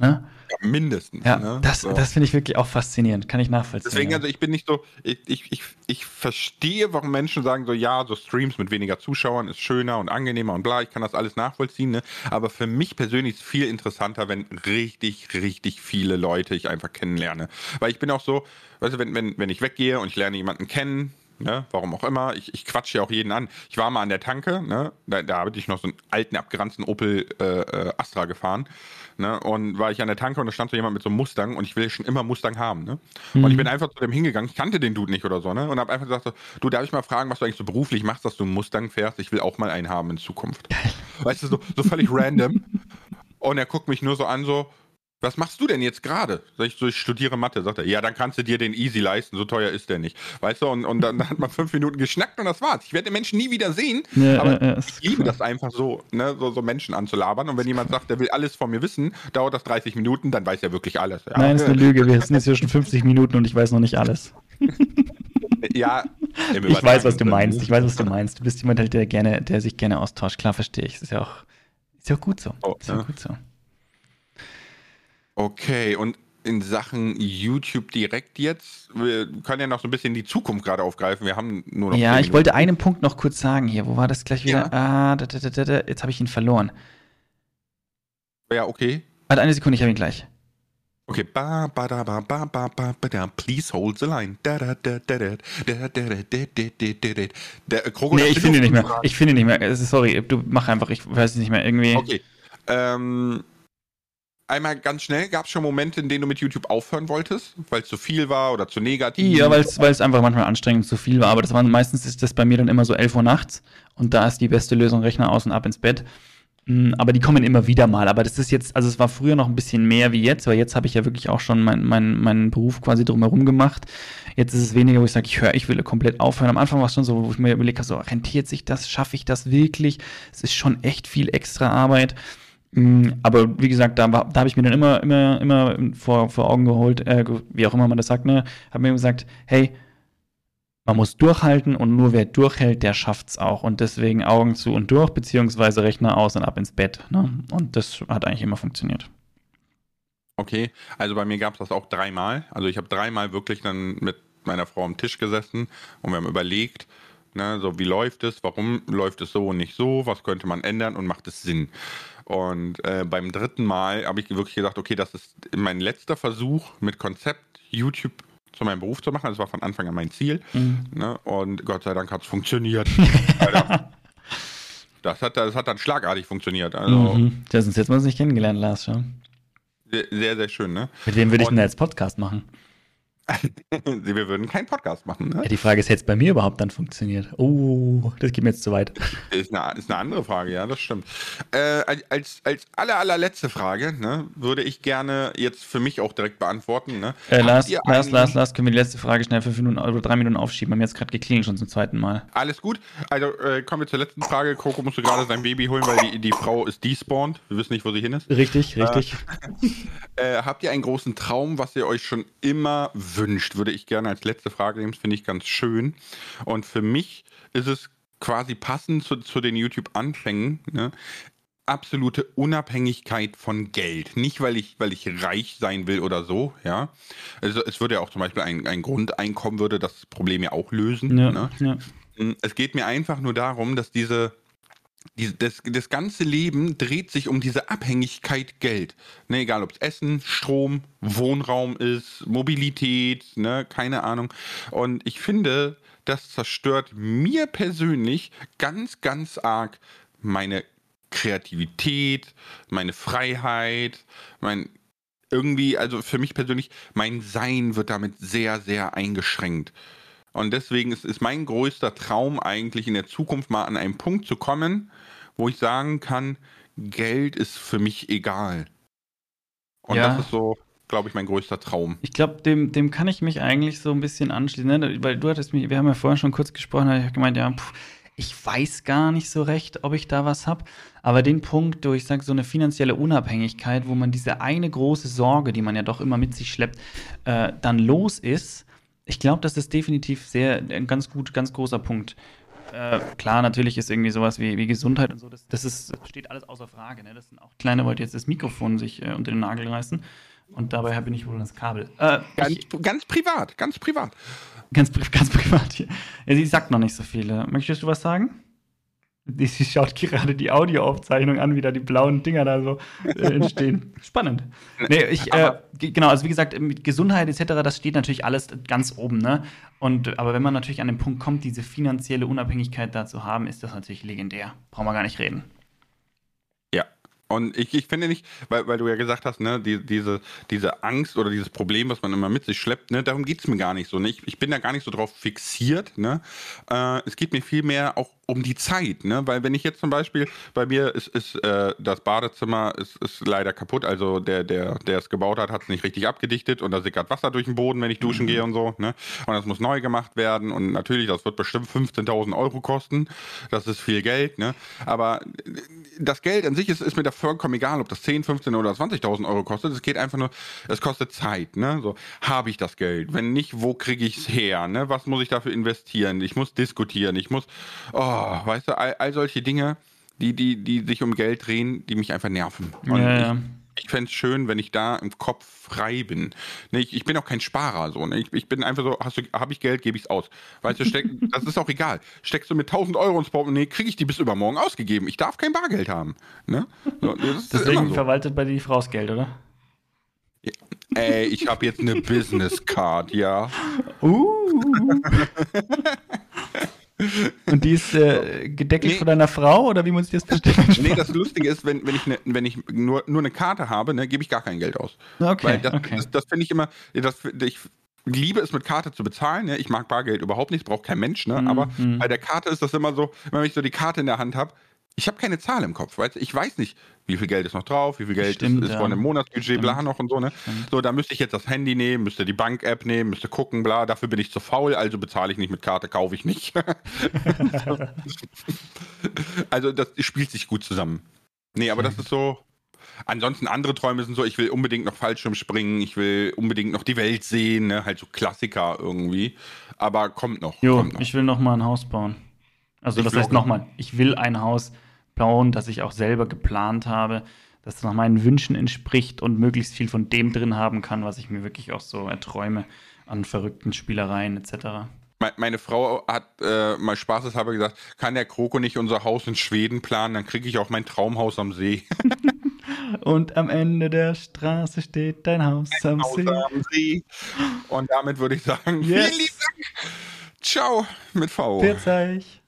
Ja, mindestens. Ja, Ne? das, So. das finde ich wirklich auch faszinierend. Kann ich nachvollziehen. Deswegen, ja. also ich bin nicht so, ich, ich, ich, ich verstehe, warum Menschen sagen so, ja, so Streams mit weniger Zuschauern ist schöner und angenehmer und bla, ich kann das alles nachvollziehen, ne? Aber für mich persönlich ist es viel interessanter, wenn richtig, richtig viele Leute ich einfach kennenlerne. Weil ich bin auch so, weißt du, wenn, wenn, wenn ich weggehe und ich lerne jemanden kennen, ne, warum auch immer, ich, ich quatsche ja auch jeden an. Ich war mal an der Tanke, ne, da, da habe ich noch so einen alten, abgeranzten Opel äh, äh, Astra gefahren. Ne, und war ich an der Tanke und da stand so jemand mit so einem Mustang und ich will schon immer Mustang haben. Ne? Mhm. Und ich bin einfach zu dem hingegangen, ich kannte den Dude nicht oder so, ne? Und habe einfach gesagt, so, du, darf ich mal fragen, was du eigentlich so beruflich machst, dass du einen Mustang fährst? Ich will auch mal einen haben in Zukunft. Weißt du, so, so völlig random. Und er guckt mich nur so an, so, was machst du denn jetzt gerade? Sag ich so, ich studiere Mathe. Sagt er, ja, dann kannst du dir den easy leisten, so teuer ist der nicht. Weißt du, und, und dann, dann hat man fünf Minuten geschnackt und das war's. Ich werde den Menschen nie wieder sehen, Ja, aber ja, ja, ich liebe das einfach so, ne, so, so Menschen anzulabern. Und wenn jemand sagt, der will alles von mir wissen, dauert das dreißig Minuten, dann weiß er wirklich alles. Ja. Nein, ist eine Lüge. Wir sind jetzt hier schon fünfzig Minuten und ich weiß noch nicht alles. Ja, ich weiß, was du meinst. Ich weiß, was du meinst. Du bist jemand, halt, der gerne, der sich gerne austauscht. Klar, verstehe ich. Das ist ja auch, ist ja auch gut so. Oh, ist ja ja. gut so. Okay, und in Sachen YouTube direkt jetzt, wir können ja noch so ein bisschen die Zukunft gerade aufgreifen. Wir haben nur noch. Ja, ich wollte einen Punkt noch kurz sagen hier. Wo war das gleich wieder? Ja. Ah, da, da, da, da, jetzt habe ich ihn verloren. Ja, okay. Warte, eine Sekunde, ich habe ihn gleich. Okay, ba ba da ba ba ba ba ba da, please hold the line. Da da da da da da da da da da da da. Der Krokodil. Nee, ich finde ihn nicht mehr. Ich finde ihn nicht mehr. Sorry, du mach einfach, ich weiß es nicht mehr irgendwie. Okay. Ähm, einmal ganz schnell, gab es schon Momente, in denen du mit YouTube aufhören wolltest, weil es zu viel war oder zu negativ? Ja, weil es einfach manchmal anstrengend zu viel war. Aber das war meistens ist das bei mir dann immer so elf Uhr nachts und da ist die beste Lösung Rechner aus und ab ins Bett. Aber die kommen immer wieder mal. Aber das ist jetzt, also es war früher noch ein bisschen mehr wie jetzt, weil jetzt habe ich ja wirklich auch schon meinen mein, mein Beruf quasi drumherum gemacht. Jetzt ist es weniger, wo ich sage, ich höre, ich will komplett aufhören. Am Anfang war es schon so, wo ich mir überlegt habe, so rentiert sich das, schaffe ich das wirklich? Es ist schon echt viel extra Arbeit. Aber wie gesagt, da, da habe ich mir dann immer, immer, immer vor, vor Augen geholt, äh, wie auch immer man das sagt, ne, habe mir gesagt, hey, man muss durchhalten und nur wer durchhält, der schafft's auch. Und deswegen Augen zu und durch, beziehungsweise Rechner aus und ab ins Bett. Ne? Und das hat eigentlich immer funktioniert. Okay, also bei mir gab es das auch dreimal. Also ich habe dreimal wirklich dann mit meiner Frau am Tisch gesessen und wir haben überlegt, ne, so wie läuft es, warum läuft es so und nicht so, was könnte man ändern und macht es Sinn. Und äh, beim dritten Mal habe ich wirklich gesagt, okay, das ist mein letzter Versuch mit Konzept YouTube zu meinem Beruf zu machen. Das war von Anfang an mein Ziel. Mhm. Ne? Und Gott sei Dank hat es funktioniert. das, hat, das hat dann schlagartig funktioniert. Also, mhm. Ja, sonst hätten wir uns nicht kennengelernt, Lars. Ja. Sehr, sehr, sehr schön. Ne? Mit wem würde ich denn jetzt Podcast machen? Wir würden keinen Podcast machen. Ne? Ja, die Frage ist, hätte es bei mir überhaupt dann funktioniert? Oh, das geht mir jetzt zu weit. Ist eine, ist eine andere Frage, ja, das stimmt. Äh, als, als aller, allerletzte Frage, ne, würde ich gerne jetzt für mich auch direkt beantworten. Ne? Äh, Lars, Lars, Lars, Lars, können wir die letzte Frage schnell fünf Minuten oder drei Minuten aufschieben? Wir haben jetzt gerade geklingelt schon zum zweiten Mal. Alles gut. Also äh, kommen wir zur letzten Frage. Coco musste gerade sein Baby holen, weil die, die Frau ist despawned. Wir wissen nicht, wo sie hin ist. Richtig, richtig. Äh, äh, habt ihr einen großen Traum, was ihr euch schon immer wünscht? Würde ich gerne als letzte Frage nehmen. Das finde ich ganz schön. Und für mich ist es quasi passend zu, zu den YouTube-Anfängen, ne? Absolute Unabhängigkeit von Geld. Nicht, weil ich, weil ich reich sein will oder so, ja. Also es würde ja auch zum Beispiel ein, ein Grundeinkommen würde das Problem ja auch lösen. Ja, ne? ja. Es geht mir einfach nur darum, dass diese Die, das, das ganze Leben dreht sich um diese Abhängigkeit Geld. Ne, egal ob es Essen, Strom, Wohnraum ist, Mobilität, ne, keine Ahnung. Und ich finde, das zerstört mir persönlich ganz, ganz arg meine Kreativität, meine Freiheit, mein irgendwie, also für mich persönlich, mein Sein wird damit sehr, sehr eingeschränkt. Und deswegen ist, ist mein größter Traum eigentlich in der Zukunft mal an einen Punkt zu kommen, wo ich sagen kann, Geld ist für mich egal. Und Ja. das ist so, glaube ich, mein größter Traum. Ich glaube, dem, dem kann ich mich eigentlich so ein bisschen anschließen, ne? Weil du hattest mich, wir haben ja vorhin schon kurz gesprochen, da habe ich gemeint, ja, pff, ich weiß gar nicht so recht, ob ich da was habe. Aber den Punkt, wo ich sage, so eine finanzielle Unabhängigkeit, wo man diese eine große Sorge, die man ja doch immer mit sich schleppt, äh, dann los ist, ich glaube, das ist definitiv sehr ein ganz gut, ganz großer Punkt. Äh, klar, natürlich ist irgendwie sowas wie, wie Gesundheit und so, das, das, ist, das steht alles außer Frage. Ne? Das sind auch Kleine, wollte jetzt das Mikrofon sich äh, unter den Nagel reißen. Und dabei bin ich wohl das Kabel. Äh, Ganz, ich, ganz privat, ganz privat. ganz, pri- ganz privat hier. Ja, sie sagt noch nicht so viele. Möchtest du was sagen? Sie schaut gerade die Audioaufzeichnung an, wie da die blauen Dinger da so äh, entstehen. Spannend. Nee, ich, äh, Aber- g- genau, also wie gesagt, mit Gesundheit et cetera, das steht natürlich alles ganz oben, ne? Und, aber wenn man natürlich an den Punkt kommt, diese finanzielle Unabhängigkeit da zu haben, ist das natürlich legendär. Brauchen wir gar nicht reden. Ja. Und ich, ich finde nicht, weil, weil du ja gesagt hast, ne, die, diese, diese Angst oder dieses Problem, was man immer mit sich schleppt, ne, darum geht es mir gar nicht so. Ne? Ich, ich bin da gar nicht so drauf fixiert. Ne? Äh, es geht mir vielmehr auch um die Zeit, ne? Weil wenn ich jetzt zum Beispiel, bei mir ist, ist äh, das Badezimmer ist, ist leider kaputt, also der, der, der es gebaut hat, hat es nicht richtig abgedichtet und da sickert Wasser durch den Boden, wenn ich duschen Mhm. gehe und so, ne? Und das muss neu gemacht werden und natürlich, das wird bestimmt fünfzehntausend Euro kosten, das ist viel Geld, ne? Aber das Geld an sich ist, ist mir da vollkommen egal, ob das zehn, fünfzehn oder zwanzigtausend Euro kostet, es geht einfach nur, es kostet Zeit, ne? So, habe ich das Geld? Wenn nicht, wo kriege ich es her, ne? Was muss ich dafür investieren? Ich muss diskutieren, ich muss, oh, weißt du, all, all solche Dinge, die, die, die sich um Geld drehen, die mich einfach nerven. Und Ja, ja. ich, ich fände es schön, wenn ich da im Kopf frei bin. Ne, ich, ich bin auch kein Sparer, so. Ne? Ich, ich bin einfach so, hast du, habe ich Geld, gebe ich es aus. Weißt du, steck, das ist auch egal. Steckst du mit tausend Euro ins Portemonnaie, kriege ich die bis übermorgen ausgegeben. Ich darf kein Bargeld haben. Ne? So, das ist Deswegen immer so. verwaltet bei dir die Frau das Geld, oder? Ey, ich habe jetzt eine Business Card, ja. Uh. Und die ist äh, gedeckelt Nee. von deiner Frau, oder wie muss ich das verstehen? Nee, das Lustige ist, wenn, wenn ich, ne, wenn ich nur, nur eine Karte habe, ne, gebe ich gar kein Geld aus. Okay, Weil das, okay. das, das finde ich immer, das, ich liebe es mit Karte zu bezahlen. Ne? Ich mag Bargeld überhaupt nicht, braucht kein Mensch. Ne? Mhm. Aber bei der Karte ist das immer so, wenn ich so die Karte in der Hand habe, ich habe keine Zahl im Kopf. Weißt? du? Ich weiß nicht, wie viel Geld ist noch drauf, wie viel Geld Stimmt, ist, ist ja. von einem Monatsbudget, bla noch und so. Ne? Stimmt. So, da müsste ich jetzt das Handy nehmen, müsste die Bank-App nehmen, müsste gucken, bla. Dafür bin ich zu faul, also bezahle ich nicht mit Karte, kaufe ich nicht. Also das spielt sich gut zusammen. Nee, aber das ist so. Ansonsten andere Träume sind so, ich will unbedingt noch Fallschirm springen, ich will unbedingt noch die Welt sehen, ne? Halt so Klassiker irgendwie. Aber kommt noch. Jo, kommt noch. ich will noch mal ein Haus bauen. Also Ich das will heißt auch- noch mal, ich will ein Haus bauen, das ich auch selber geplant habe, das nach meinen Wünschen entspricht und möglichst viel von dem drin haben kann, was ich mir wirklich auch so erträume an verrückten Spielereien et cetera. Me- Meine Frau hat äh, mal spaßeshalber gesagt, kann der Kroko nicht unser Haus in Schweden planen, dann kriege ich auch mein Traumhaus am See. Und am Ende der Straße steht dein Haus am Haus See. am See. Und damit würde ich sagen, Yes. vielen lieben Dank. Ciao mit V. Pfiat euch.